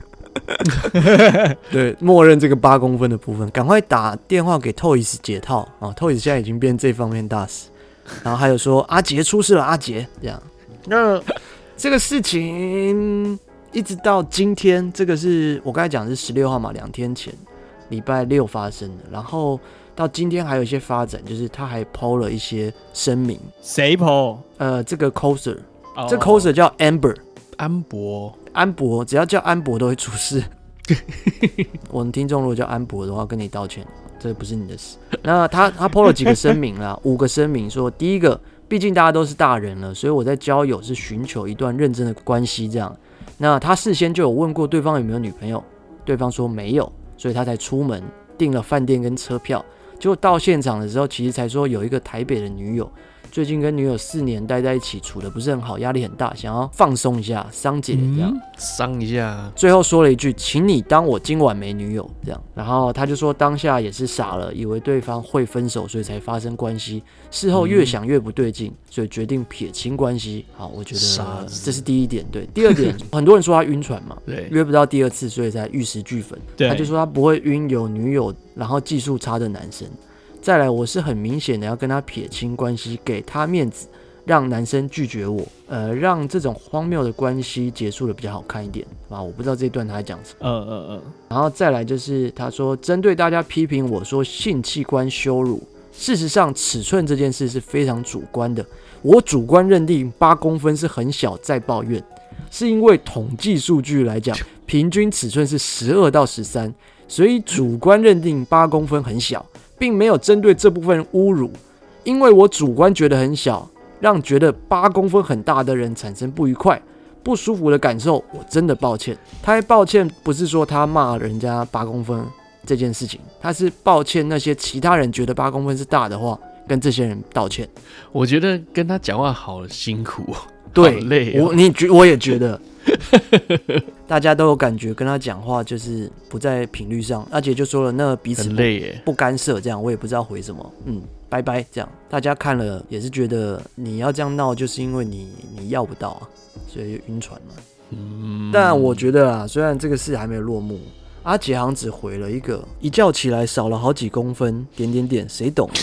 对，默认这个八公分的部分，赶快打电话给 Toys 解套啊 ！Toys 现在已经变这方面大使。然后还有说阿杰出事了，阿杰这样。那这个事情一直到今天，这个是我刚才讲的是十六号嘛，两天前，礼拜六发生的。然后到今天还有一些发展，就是他还 po 了一些声明。 谁 po？ 呃，这个 coser。Oh. 这 coser 叫 Amber， 安博， 安博，只要叫安博都会出事。我们听众如果叫安博的话，跟你道歉，这不是你的事。那他他 po 了几个声明啦，五个声明说，第一个，毕竟大家都是大人了，所以我在交友是寻求一段认真的关系，这样。那他事先就有问过对方有没有女朋友，对方说没有，所以他才出门订了饭店跟车票。结果到现场的时候，其实才说有一个台北的女友。最近跟女友四年待在一起，处得不是很好，压力很大，想要放松一下，桑姐这样， 桑、嗯、一下。 最后说了一句：“请你当我今晚没女友。”这样，然后他就说当下也是傻了，以为对方会分手，所以才发生关系。事后越想越不对劲，所以决定撇清关系。好，我觉得这是第一点。对，第二点，很多人说他晕船嘛，对，约不到第二次，所以才玉石俱焚。他就说他不会晕有女友，然后技术差的男生。再来，我是很明显的要跟他撇清关系，给他面子，让男生拒绝我，呃，让这种荒谬的关系结束的比较好看一点啊。我不知道这一段他在讲什么。嗯嗯嗯。然后再来就是他说，针对大家批评我说性器官羞辱，事实上尺寸这件事是非常主观的，我主观认定八公分是很小，再抱怨，是因为统计数据来讲，平均尺寸是十二到十三，所以主观认定八公分很小。并没有针对这部分侮辱，因为我主观觉得很小，让觉得八公分很大的人产生不愉快、不舒服的感受，我真的抱歉。他还抱歉，不是说他骂人家八公分这件事情，他是抱歉那些其他人觉得八公分是大的话，跟这些人道歉。 我觉得跟他讲话好辛苦， 对， 好累、哦。 我你觉我也觉得。大家都有感觉，跟他讲话就是不在频率上。阿姐就说了，那彼此不, 不干涉，这样我也不知道回什么。嗯，拜拜，这样大家看了也是觉得你要这样闹，就是因为你你要不到啊，所以就晕船嘛。嗯，但我觉得啊，虽然这个事还没有落幕，阿姐好像只回了一个一觉起来少了好几公分，点点点，谁懂？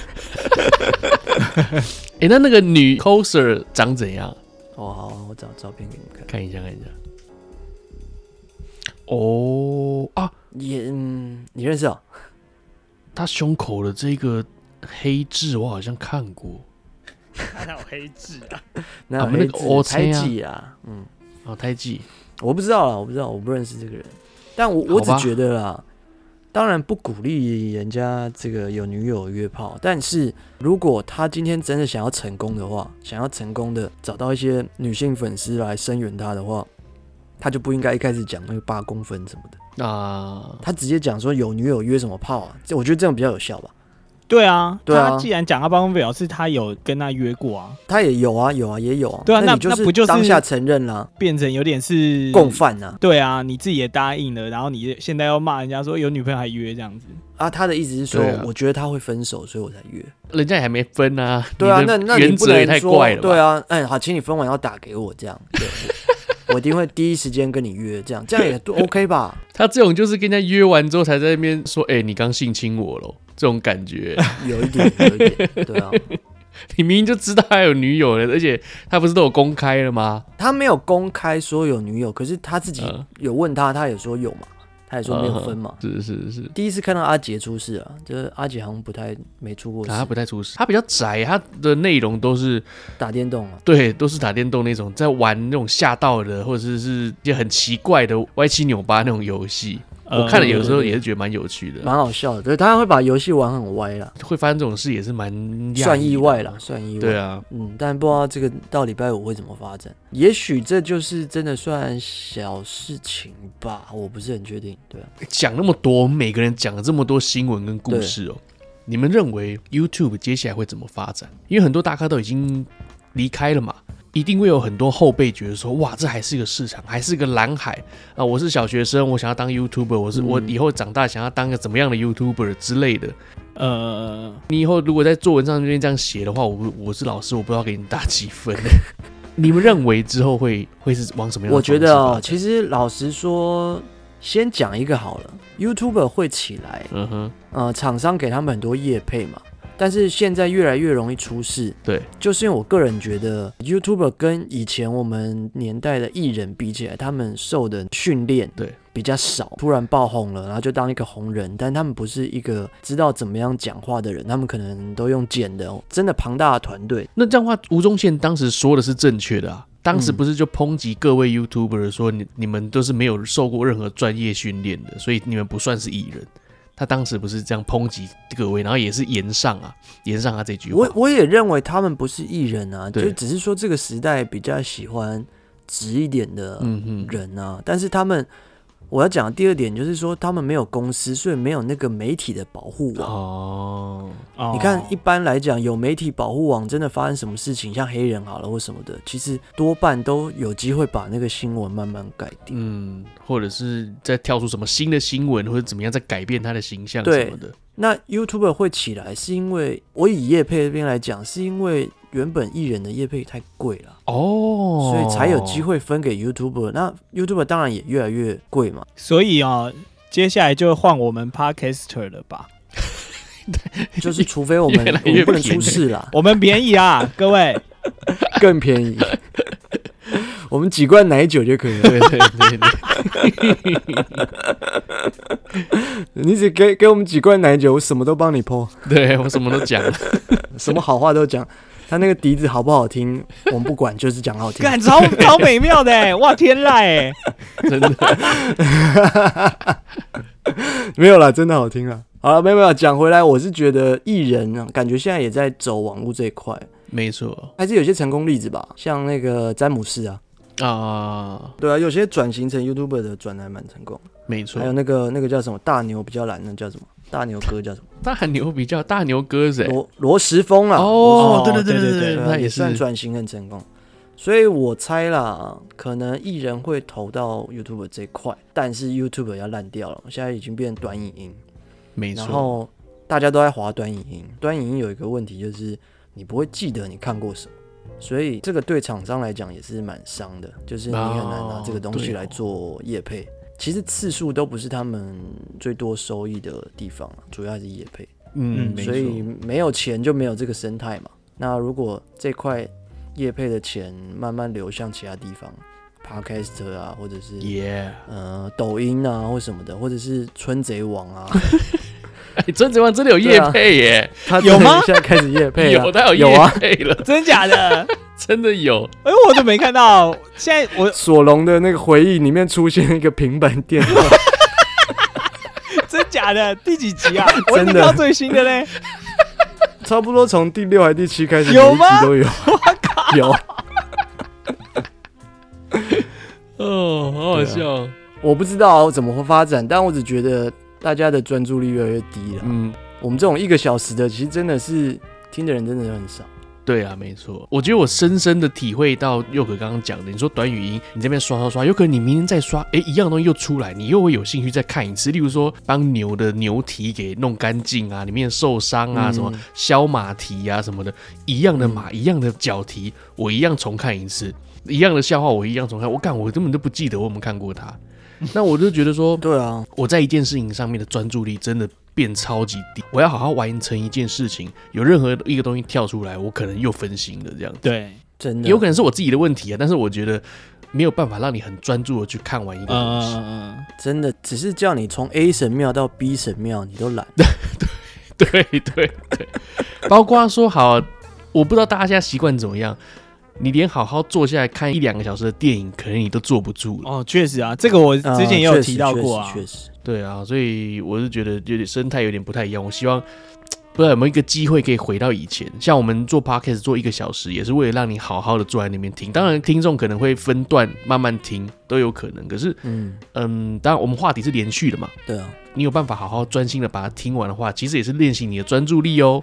哎、欸，那那个女 coser 长怎样？ 哦，好，我找照片给你们看， 看一下，看一下。哦啊， 也、嗯，你认识啊？ 他胸口的这个黑痣，我好像看过。 哪有黑痣啊？ 哪有黑痣？胎记啊，嗯， 哦，胎记， 我不知道啦，我不知道，我不认识这个人。但我我只觉得啦，当然不鼓励人家这个有女友约炮，但是如果他今天真的想要成功的话，想要成功的找到一些女性粉丝来声援他的话， 他就不应该一开始讲那个八公分什么的啊， 他直接讲说有女友约什么炮啊，我觉得这样比较有效吧。 对啊， 对啊， 他既然讲他八公分，表示他有跟他约过啊。 他也有啊，有啊，也有啊。 对啊，那那你就那不就是当下承认啦， 变成有点是共犯啊？ 对啊，你自己也答应了，然后你现在要骂人家说有女朋友还约这样子啊？他的意思是说， 啊、 我觉得他会分手，所以我才约。 人家也还没分啊。 对啊，那那你原则也太怪了吧？ 对啊，哎，好，请你分完要打给我这样。对。我一定会第一时间跟你约，这样这样也 OK 吧？ 他这种就是跟人家约完之后才在那边说：“哎、欸，你刚性侵我咯，这种感觉有一点，有一点，对啊。 你明明就知道他有女友了，而且他不是都有公开了吗？ 他没有公开说有女友，可是他自己有问他，他也说有嘛。他也说没有分嘛， 是是是。 第一次看到阿杰出事啊，就是阿杰好像不太没出过事， 啊、他不太出事，他比较宅，他的内容都是打电动啊， 对，都是打电动那种，在玩那种吓到的，或者是是一些很奇怪的歪七扭八那种游戏。我看了有时候也是觉得蛮有趣的， 蛮好笑的。对，他会把游戏玩很歪啦， 会发生这种事也是蛮算意外啦，算意外。 对啊， 嗯，但不知道这个到礼拜五会怎么发展。也许这就是真的算小事情吧，我不是很确定。对啊， 讲那么多，每个人讲了这么多新闻跟故事哦，你们认为 YouTube 接下来会怎么发展？因为很多大咖都已经离开了嘛。一定会有很多后辈觉得说，哇，这还是个市场，还是个蓝海啊！我是小学生，我想要当 YouTuber， 我是、嗯、我以后长大想要当个怎么样的 YouTuber 之类的。呃，你以后如果在作文上面这样写的话，我我是老师，我不知道给你打几分。你们认为之后会会是往什么样的方式？ 我觉得哦，其实老实说，先讲一个好了 ，YouTuber 会起来，嗯哼，呃，厂商给他们很多业配嘛。但是现在越来越容易出事， 对， 就是因为我个人觉得 YouTuber 跟以前我们年代的艺人比起来，他们受的训练对比较少，突然爆红了，然后就当一个红人，但他们不是一个知道怎么样讲话的人，他们可能都用剪的，真的庞大的团队。 那这样的话，吴宗宪当时说的是正确的啊。当时不是就抨击各位 YouTuber 说你你们都是没有受过任何专业训练的，所以你们不算是艺人。他当时不是这样抨击各位，然后也是延上啊，延上他这句话。 我我也认为他们不是艺人啊，就只是说这个时代比较喜欢直一点的人啊，嗯、但是他们。我要讲的第二点就是说，他们没有公司，所以没有那个媒体的保护网。哦，你看，一般来讲，有媒体保护网，真的发生什么事情，像黑人好了或什么的，其实多半都有机会把那个新闻慢慢改掉。 嗯，或者是再跳出什么新的新闻，或者怎么样，再改变他的形象什么的。 那 YouTuber 会起来，是因为我以业配这边来讲，是因为原本艺人的业配太贵了哦，所以才有机会分给 YouTuber。那 YouTuber 当然也越来越贵嘛。 所以啊，接下来就换我们 Podcaster 了吧？ 就是除非我们我们不能出事啦， 我们便宜啊，各位， 更便宜。我们几罐奶酒就可以了。对对对对，你只给给我们几罐奶酒，我什么都帮你泼。 对，我什么都讲， 什么好话都讲。他那个笛子好不好听，我们不管，就是讲好听。 干超超美妙的哎，哇天籁哎， 真的没有啦，真的好听啊。好了，没有没有，讲回来，我是觉得艺人啊，感觉现在也在走网络这一块。 没错， 还是有些成功例子吧，像那个詹姆士啊。啊，对啊，有些转型成 YouTuber 的转的还蛮成功， 没错。 还有那个那个叫什么大牛比较懒，那叫什么大牛哥叫什么？ 大牛比较大牛哥是谁？ 罗罗时丰啦。 哦，对对对对对， 他也算转型很成功。所以我猜啦，可能艺人会投到 YouTuber 这一块，但是 YouTuber 要烂掉了，现在已经变短影音， 没错。 然后大家都在滑短影音，短影音有一个问题就是你不会记得你看过什么。所以这个对厂商来讲也是蛮伤的，就是你很难拿这个东西来做业配。哦、其实次数都不是他们最多收益的地方，主要还是业配。嗯，所以没有钱就没有这个生态嘛。那如果这块业配的钱慢慢流向其他地方 ，Podcaster 啊，或者是、yeah. 呃抖音啊或什么的，或者是春贼王啊。 哎、欸，春贼王真的有业配耶、 啊？他有吗？现在开始业配、啊， 有，他有业配了， 真的假的？ 真的有。 哎、欸，我都没看到。现在我索隆的那个回忆里面出现一个平板电话， 真假的？第几集啊？我已经看到最新的嘞。 差不多从第六还是第七开始， 有吗？ 每一集都有。 我靠， 有。 哦，好好好笑。 我不知道怎么会发展，但我只觉得大家的专注力越来越低了。嗯，我们这种一个小时的，其实真的是听的人真的很少。 对啊，没错。我觉得我深深的体会到佑可刚刚讲的，你说短语音，你这边刷刷刷，有可能你明天再刷，哎，一样的东西又出来，你又会有兴趣再看一次。例如说，帮牛的牛蹄给弄干净啊，里面受伤啊，嗯、什么削马蹄啊什么的，一样的马，嗯、一样的脚蹄，我一样重看一次，一样的笑话我一样重看。我干，我根本都不记得我有没有看过它。那我就觉得说， 对啊， 我在一件事情上面的专注力真的变超级低。我要好好完成一件事情，有任何一个东西跳出来，我可能又分心了这样子。 对， 真的有可能是我自己的问题啊，但是我觉得没有办法让你很专注的去看完一个东西。嗯嗯嗯，真的只是叫你从 A 神庙到 B 神庙，你都懒。 对对对对，包括说好，我不知道大家现在习惯怎么样。你连好好坐下来看一两个小时的电影，可能你都坐不住了。 哦，确实啊，这个我之前也有提到过啊。 确实，确实对啊，所以我是觉得有点生态有点不太一样。我希望不知道有没有一个机会可以回到以前，像我们做 podcast 做一个小时，也是为了让你好好的坐在那边听。当然，听众可能会分段慢慢听，都有可能。可是，嗯嗯，当然我们话题是连续的嘛。 对啊， 你有办法好好专心的把它听完的话，其实也是练习你的专注力哦。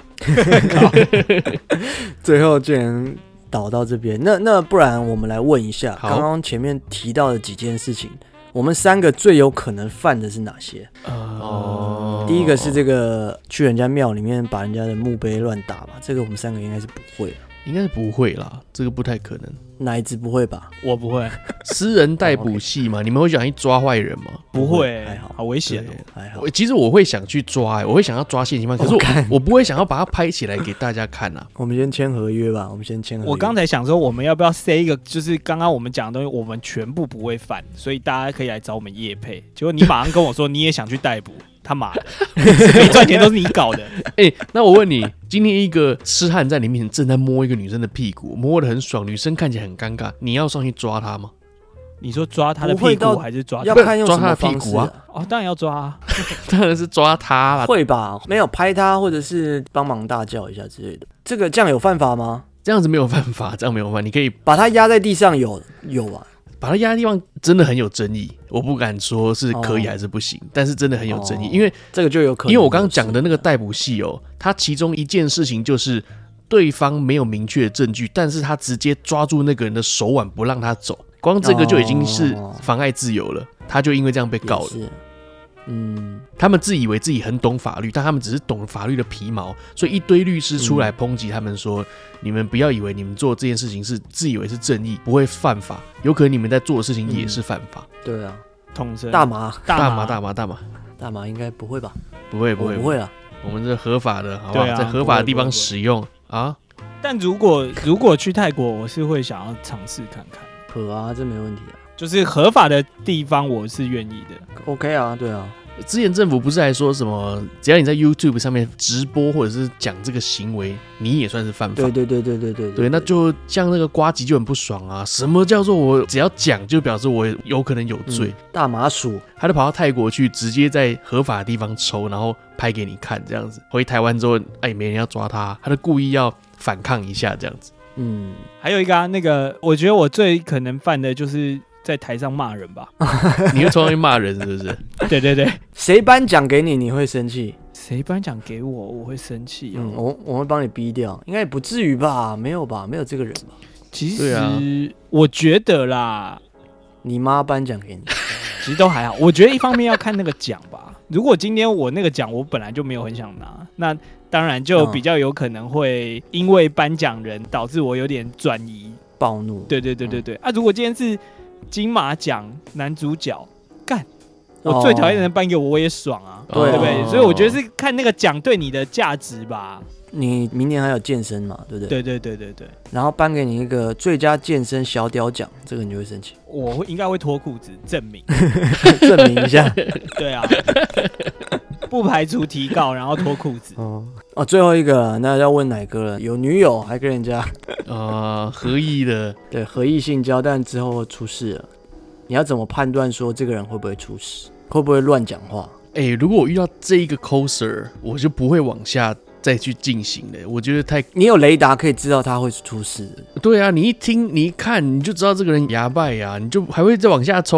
最后竟然导到这边，那那不然我们来问一下，刚刚前面提到的几件事情，我们三个最有可能犯的是哪些？哦，第一个是这个去人家庙里面把人家的墓碑乱打吧，这个我们三个应该是不会， 应该是不会啦，这个不太可能。 哪一只不会吧？ 我不会。 私人逮捕戏嘛，你们会想去抓坏人吗？ 不会， 还好， 好危险哦， 还好。 其实我会想去抓、欸，我会想要抓现行犯，可是 我, 我不会想要把它拍起来给大家看啊。 我们先签合约吧，我们先签合约。 我刚才想说，我们要不要 say 一个，就是刚刚我们讲的东西，我们全部不会犯，所以大家可以来找我们业配。结果你马上跟我说你也想去逮捕。他妈的，没赚钱都是你搞的。 哎、欸，那我问你，今天一个痴汉在你面前正在摸一个女生的屁股，摸得很爽，女生看起来很尴尬，你要上去抓她吗？ 你说抓她的屁股还是抓她？ 要看用什么方式啊？抓她的屁股啊？ 哦，当然要抓啊， 当然是抓她啦。 会吧？没有拍她，或者是帮忙大叫一下之类的。这个这样有犯法吗？ 这样子没有犯法，这样没有犯法。你可以把她压在地上有，有有啊。 把它压的地方真的很有争议，我不敢说是可以还是不行，哦、但是真的很有争议，哦、因为这个就有可能。 因为我刚刚讲的那个逮捕戏哦，它其中一件事情就是对方没有明确的证据，但是他直接抓住那个人的手腕不让他走，光这个就已经是妨碍自由了，他就因为这样被告了。嗯，他们自以为自己很懂法律，但他们只是懂法律的皮毛，所以一堆律师出来抨击他们说：“嗯、你们不要以为你们做这件事情是自以为是正义，不会犯法，有可能你们在做的事情也是犯法。 嗯”对啊， 统称大麻， 大麻，大麻，大麻， 大麻应该不会吧？ 不会，不会， 不会啊！ 我们是合法的，好不好？啊、在合法的地方使用啊。 但如果如果去泰国，我是会想要尝试看看。 可啊，这没问题啊。 就是合法的地方，我是愿意的。 OK 啊，对啊。 之前政府不是还说什么，只要你在 YouTube 上面直播或者是讲这个行为，你也算是犯法。 对对对对对 对, 对, 对，那就像那个呱吉就很不爽啊！什么叫做我只要讲就表示我有可能有罪？嗯、 大麻薯， 他就跑到泰国去，直接在合法的地方抽，然后拍给你看，这样子。回台湾之后，哎，没人要抓他，他就故意要反抗一下，这样子。 嗯，还有一个啊，那个我觉得我最可能犯的就是在台上骂人吧。 你会冲上去骂人是不是？ 对对对， 谁颁奖给你你会生气？ 谁颁奖给我我会生气、哦。 嗯，我我会帮你逼掉，应该也不至于吧？没有吧？没有这个人吧？ 其实、啊、我觉得啦， 你妈颁奖给你， 其实都还好。我觉得一方面要看那个奖吧。如果今天我那个奖我本来就没有很想拿，那当然就比较有可能会因为颁奖人导致我有点转移暴怒。 对对对对对、嗯、啊！如果今天是金马奖男主角，干，我最讨厌的人颁给我，我也爽啊，哦、对不对？所以我觉得是看那个奖对你的价值吧。 你明年还有健身嘛？对不对？ 对对对对对。 然后颁给你一个最佳健身小屌奖，这个你就会生气。 我会应该会脱裤子证明， 证明一下。 对啊，不排除提告，然后脱裤子。 哦哦，最后一个，那要问奶哥了，有女友还跟人家呃合意的， 对，合意性交，但之后出事了，你要怎么判断说这个人会不会出事，会不会乱讲话？ 哎、欸，如果我遇到这一个 coser， 我就不会往下再去进行的。我觉得太…… 你有雷达可以知道他会出事的。 对啊，你一听你一看你就知道这个人牙败呀，你就还会再往下冲。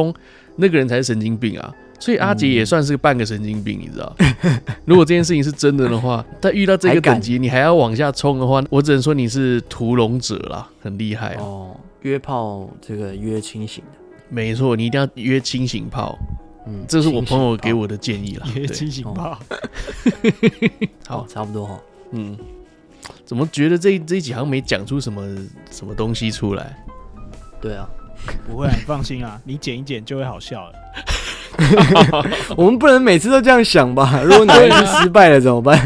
那个人才是神经病啊。所以阿杰也算是半个神经病，你知道？如果这件事情是真的的话，但遇到这个等级你还要往下冲的话，我只能说你是屠龙者啦，很厉害啊。 哦，约炮这个约清醒的， 没错，你一定要约清醒炮。嗯，这是我朋友给我的建议啦。 约清醒炮， 好，差不多哈。 嗯，怎么觉得这这一集好像没讲出什么什么东西出来？ 对啊， 不会、啊，你放心啊，你剪一剪就会好笑了。 我们不能每次都这样想吧？如果哪一次失败了怎么办？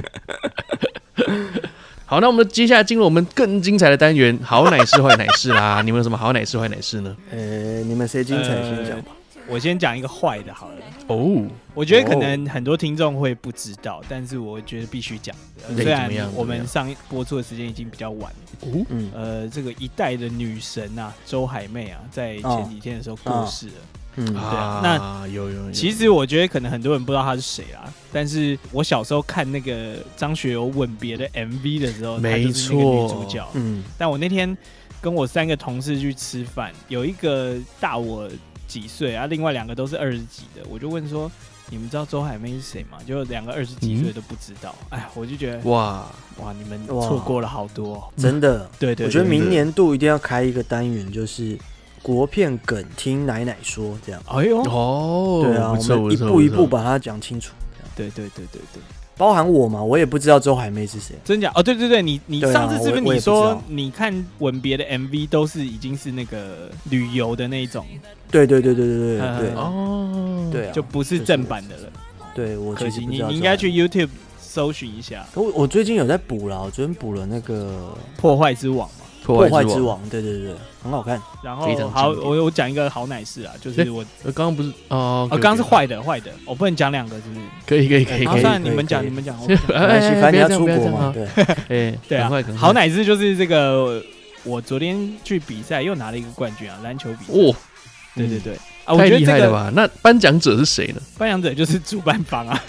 好，那我们接下来进入我们更精彩的单元——好奶事坏奶事啦。你们有什么好奶事坏奶事呢？ 呃，你们谁精彩先讲吧。 呃、我先讲一个坏的好了。 哦， 我觉得可能很多听众会不知道，但是我觉得必须讲。虽然我们上播出的时间已经比较晚了。哦，呃，这个一代的女神啊，周海媚啊，在前几天的时候过世了。哦嗯，对啊，那有有有。 其实我觉得可能很多人不知道她是谁啦，但是我小时候看那个张学友吻别的 M V 的时候，她就是那个女主角。嗯，但我那天跟我三个同事去吃饭，有一个大我几岁啊，另外两个都是二十几的，我就问说：“你们知道周海媚是谁吗？”就两个二十几岁都不知道。哎、嗯，我就觉得哇哇，你们错过了好多、哦， 真的。 对 对, 对， 我觉得明年度一定要开一个单元，就是国片梗听奶奶说这样。 哎呦哦， 对啊，我们一步一步把它讲清楚。 对对对对对， 包含我嘛，我也不知道周海媚是谁。 真假？哦，对对对，你你上次是不是你说你看吻别的 M V 都是已经是那个旅游的那一种？ 对对对对对对对哦， 对啊， 就不是正版的了。 对，我可惜你你应该去 YouTube 搜寻一下。 我我最近有在补了，我昨天补了那个破坏之王嘛。 破坏之王，对对对，很好看。 然后好，我我讲一个好奶事啊，就是我刚刚不是哦， 刚刚是坏的坏的，我不能讲两个，是不是？ 可以可以可以， 好，算了，你们讲你们讲， 没关系，反正你要出国嘛，对， 哎， 对啊，好奶事就是这个，我昨天去比赛又拿了一个冠军啊，篮球比赛。哦，对对对。啊、 太厉害了吧？那颁奖者是谁呢？ 颁奖者就是主办方啊。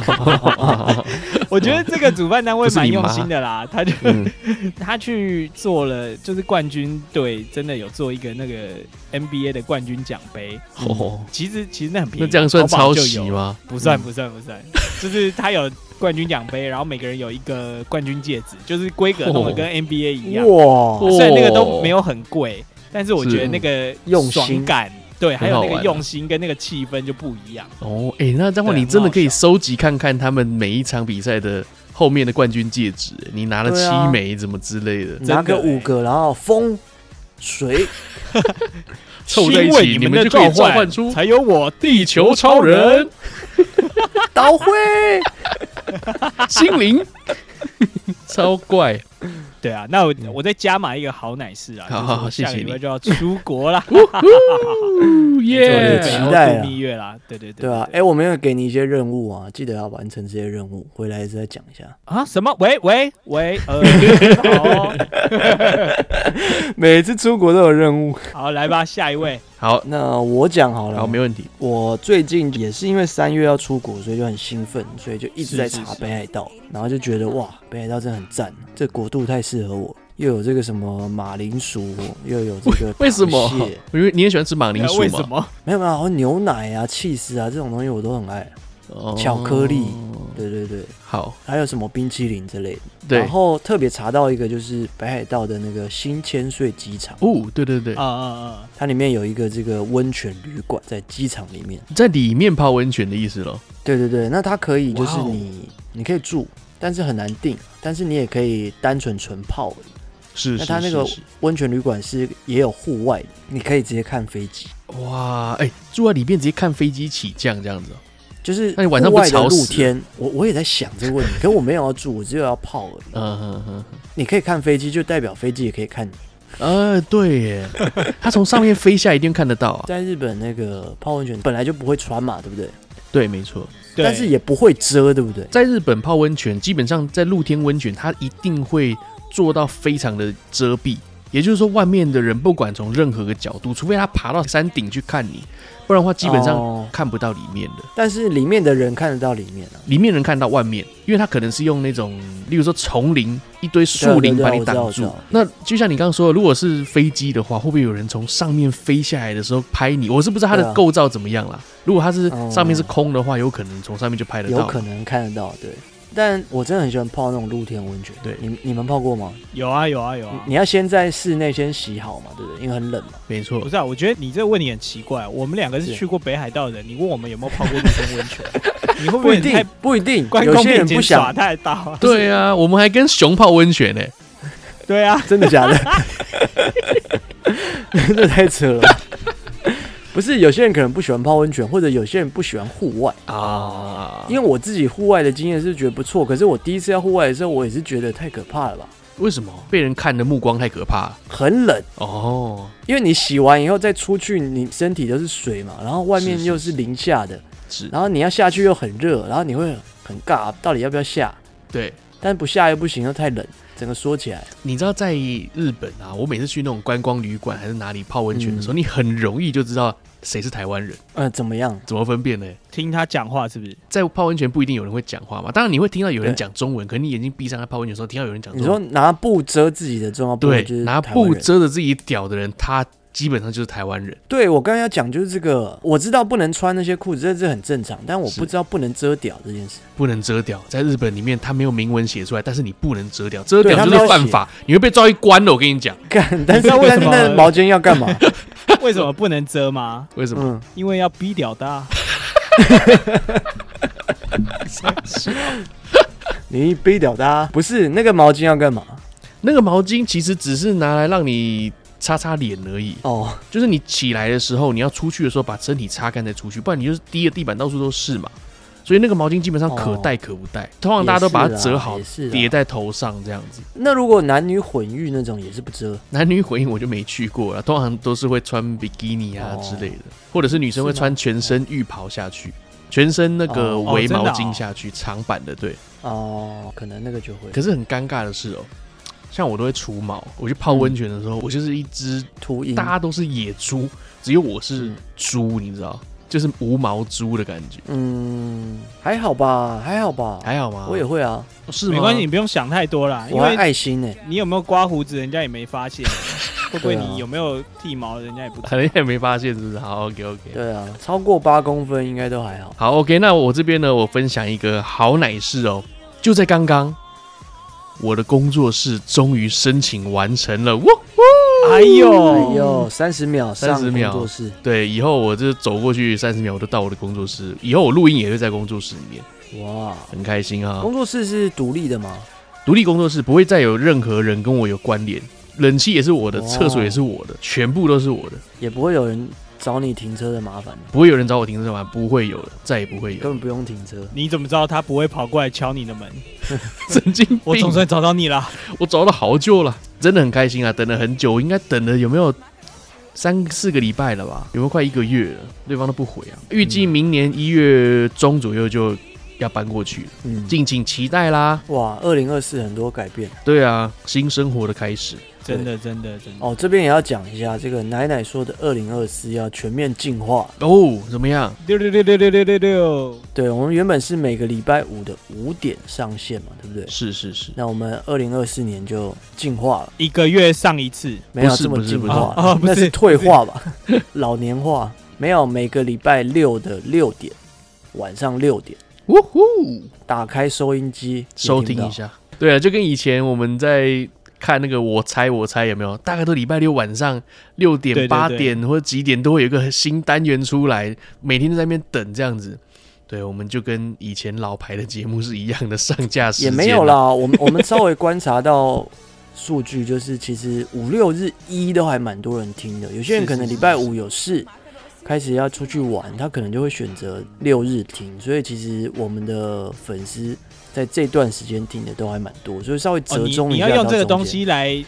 我觉得这个主办单位蛮用心的啦，他就、嗯、他去做了，就是冠军队真的有做一个那个 N B A 的冠军奖杯。哦、其实其实那很便宜， 那这样算抄袭吗？ 不算不算不算，就是他有冠军奖杯，然后每个人有一个冠军戒指，就是规格弄得跟 N B A 一样。哇！虽然那个都没有很贵，但是我觉得那个爽感。对，还有那个用心跟那个气氛就不一样哦。哎、欸，那这样的话，你真的可以收集看看他们每一场比赛的后面的冠军戒指，你拿了七枚怎么之类的， 拿个五个，然后风水凑在一起，你们就可以召唤出才有我地球超人导会心灵超怪。 对啊，那我我再加码一个好奶事啊， 好好，谢谢你。 下个礼拜就要出国啦， 耶，期待度蜜月啦，对对对， 对啊，哎，我们要给你一些任务啊，记得要完成这些任务，回来再讲一下啊。什么？喂喂喂，呃，好， 每次出国都有任务。 好，来吧，下一位。 好，那我讲好了。 好，没问题。 我最近也是因为三月要出国，所以就很兴奋，所以就一直在查北海道，然后就觉得哇，北海道真的很赞，这国度太适合我，又有这个什么马铃薯，又有这个为什么？因为你也喜欢吃马铃薯吗？ 为什么？ 没有没有，牛奶啊、cheese啊这种东西我都很爱。哦、巧克力，对对对， 好， 还有什么冰淇淋之类的。 对， 然后特别查到一个，就是北海道的那个新千岁机场。 哦，对对对， 啊啊啊！ 它里面有一个这个温泉旅馆在机场里面， 在里面泡温泉的意思咯。 对对对，那它可以就是你你可以住，但是很难订，但是你也可以单纯纯泡而已。 是， 那它那个温泉旅馆是也有户外的，你可以直接看飞机。 哇，哎、欸，住在里面直接看飞机起降这样子、喔。 就是那你晚上不吵死？ 露天，我我也在想这个问题，可是我没有要住，我只有要泡而已。嗯哼哼，你可以看飞机，就代表飞机也可以看你。 呃，对耶，他从上面飞下一定看得到啊。 在日本那个泡温泉本来就不会穿嘛，对不对？ 对，没错。 但是也不会遮，对不对？ 在日本泡温泉，基本上在露天温泉，它一定会做到非常的遮蔽。 也就是说，外面的人不管从任何个角度，除非他爬到山顶去看你，不然的话基本上看不到里面的。 哦、但是里面的人看得到里面啊， 里面人看到外面，因为他可能是用那种，例如说丛林一堆树林把你挡住。那就像你刚刚说的，如果是飞机的话，会不会有人从上面飞下来的时候拍你？我是不知道它的构造怎么样啦。啊、如果它是上面是空的话，有可能从上面就拍得到， 有可能看得到，对。但我真的很喜欢泡那种露天温泉。对，你你们泡过吗？ 有啊有啊有啊。 你要先在室内先洗好嘛，对不对？因为很冷嘛。 没错。 不是啊，我觉得你这个问题很奇怪。我们两个是去过北海道的人，你问我们有没有泡过露天温泉，你会不会太不一定？ 有些人不想耍太大、啊。 对啊，我们还跟熊泡温泉呢、欸。 对啊， 真的假的？这太扯了。不是，有些人可能不喜欢泡温泉，或者有些人不喜欢户外啊。因为我自己户外的经验是觉得不错，可是我第一次要户外的时候，我也是觉得太可怕了吧？ 为什么？被人看的目光太可怕了。 很冷哦， 因为你洗完以后再出去，你身体都是水嘛，然后外面又是零下的，是是是，然后你要下去又很热，然后你会很尬，到底要不要下？ 对， 但不下又不行，又太冷。整个说起来， 你知道在日本啊，我每次去那种观光旅馆还是哪里泡温泉的时候，嗯、你很容易就知道谁是台湾人。 呃，怎么样？ 怎么分辨呢？ 听他讲话是不是？ 在泡温泉不一定有人会讲话嘛，当然你会听到有人讲中文，可是你眼睛闭上，在泡温泉的时候听到有人讲中文。 你说拿布遮自己的重要部位， 对，拿布遮着自己屌的人，他基本上就是台湾人。 对，我刚刚要讲就是这个，我知道不能穿那些裤子，这是很正常，但我不知道不能遮屌这件事。 不能遮屌，在日本里面他没有明文写出来，但是你不能遮屌，遮屌就是犯法，你会被抓去关了。我跟你讲， 干，但是为什么那毛巾要干嘛？ 为什么不能遮吗？ 为什么？嗯、 因为要逼屌大。 你逼屌大，不是那个毛巾要干嘛？ 那个毛巾其实只是拿来让你擦擦脸而已哦，就是你起来的时候，你要出去的时候把身体擦干再出去，不然你就是滴的地板到处都是嘛。所以那个毛巾基本上可带可不带，哦、通常大家都把它折好叠在头上这样子。 那如果男女混浴那种也是不遮？ 男女混浴我就没去过了，通常都是会穿比基尼啊之类的，哦、或者是女生会穿全身浴袍下去，全身那个围毛巾下去，哦、长版的对。 哦，可能那个就会。 可是很尴尬的是哦。像我都会除毛，我去泡温泉的时候，嗯、我就是一只秃鹰， 大家都是野猪，只有我是猪，嗯、你知道，就是无毛猪的感觉。 嗯，还好吧，还好吧， 还好吗？ 我也会啊， 是吗？ 没关系，你不用想太多啦。 我还爱心呢、欸， 你有没有刮胡子，人家也没发现。会不会你有没有剃毛，人家也不知道， 人家也没发现，是不是？好 ，OK OK。 对啊，超过八公分应该都还好。 好 ，OK， 那我这边呢，我分享一个好奶事哦，就在刚刚。我的工作室终于申请完成了，哇！ 哎呦哎呦，三十秒， 三十秒， 工作室。 对，以后我就走过去三十秒，我就到我的工作室。以后我录音也会在工作室里面。哇，很开心啊！ 工作室是独立的吗？ 独立工作室，不会再有任何人跟我有关联。冷气也是我的，厕所也是我的，全部都是我的。 也不会有人找你停车的麻烦， 不会有人找我停车的麻烦，不会有了，再也不会有， 根本不用停车。 你怎么知道他不会跑过来敲你的门？ 神经病！ 我总算找到你了， 我找了好久了，真的很开心啊！等了很久，应该等了有没有三四个礼拜了吧？有没有快一个月了？对方都不回啊！预计明年一月中左右就要搬过去了，嗯，敬请期待啦！ 哇，二零二四很多改变， 对啊，新生活的开始。 真的真的真的哦，这边也要讲一下，这个奶奶说的二零二四要全面进化哦，怎么样？ 六六六六六六六六， 对，我们原本是每个礼拜五的五点上线嘛，对不对？ 是是是。 那我们二零二四年就进化了， 一个月上一次， 没有这么进化， 哦哦、 那是退化吧，老年化。没有，每个礼拜六的六点，晚上六点， 呜呼， 打开收音机收听一下。对啊，就跟以前我们在看那个我猜我猜有没有？大概都礼拜六晚上六点、八点或者几点都会有一个新单元出来，每天都在那边等这样子。对，我们就跟以前老牌的节目是一样的上架时间。 也没有啦，我们我们稍微观察到数据，就是其实五六日一都还蛮多人听的。有些人可能礼拜五有事，开始要出去玩，他可能就会选择六日听。所以其实我们的粉丝在这段时间听的都还蛮多，所以稍微折中一下、 哦你。你要用这个东西来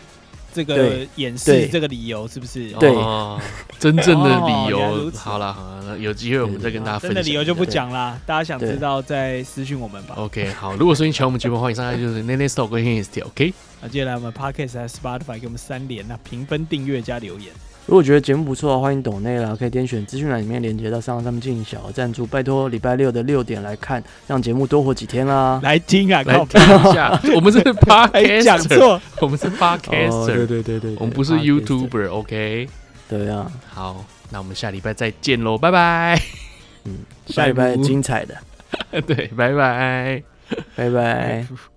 这个掩饰这个理由，是不是？ 对， 哦、真正的理由。哦、好了好了，有机会我们再跟大家分享。真的理由就不讲啦，大家想知道再私讯我们吧。 OK， 好，如果说你喜欢我们节目，欢迎上来就是 Nene Store 跟 Hinge，OK。 那接下来我们 Podcast 和 Spotify 给我们三连，那评分、订阅加留言。 如果觉得节目不错，欢迎抖内啦，可以点选资讯栏里面连接到上上面进行小额赞助，拜托礼拜六的六点来看，让节目多活几天啦。 来听啊， 来听一下，我们是 Podcaster， 讲错， 我们是 Podcaster，、哦、 对对对 对， 我们不是 YouTuber，OK？、Okay? 对啊， 好，那我们下礼拜再见喽，拜拜。 嗯，下礼拜精彩的， 对，拜拜， 拜拜。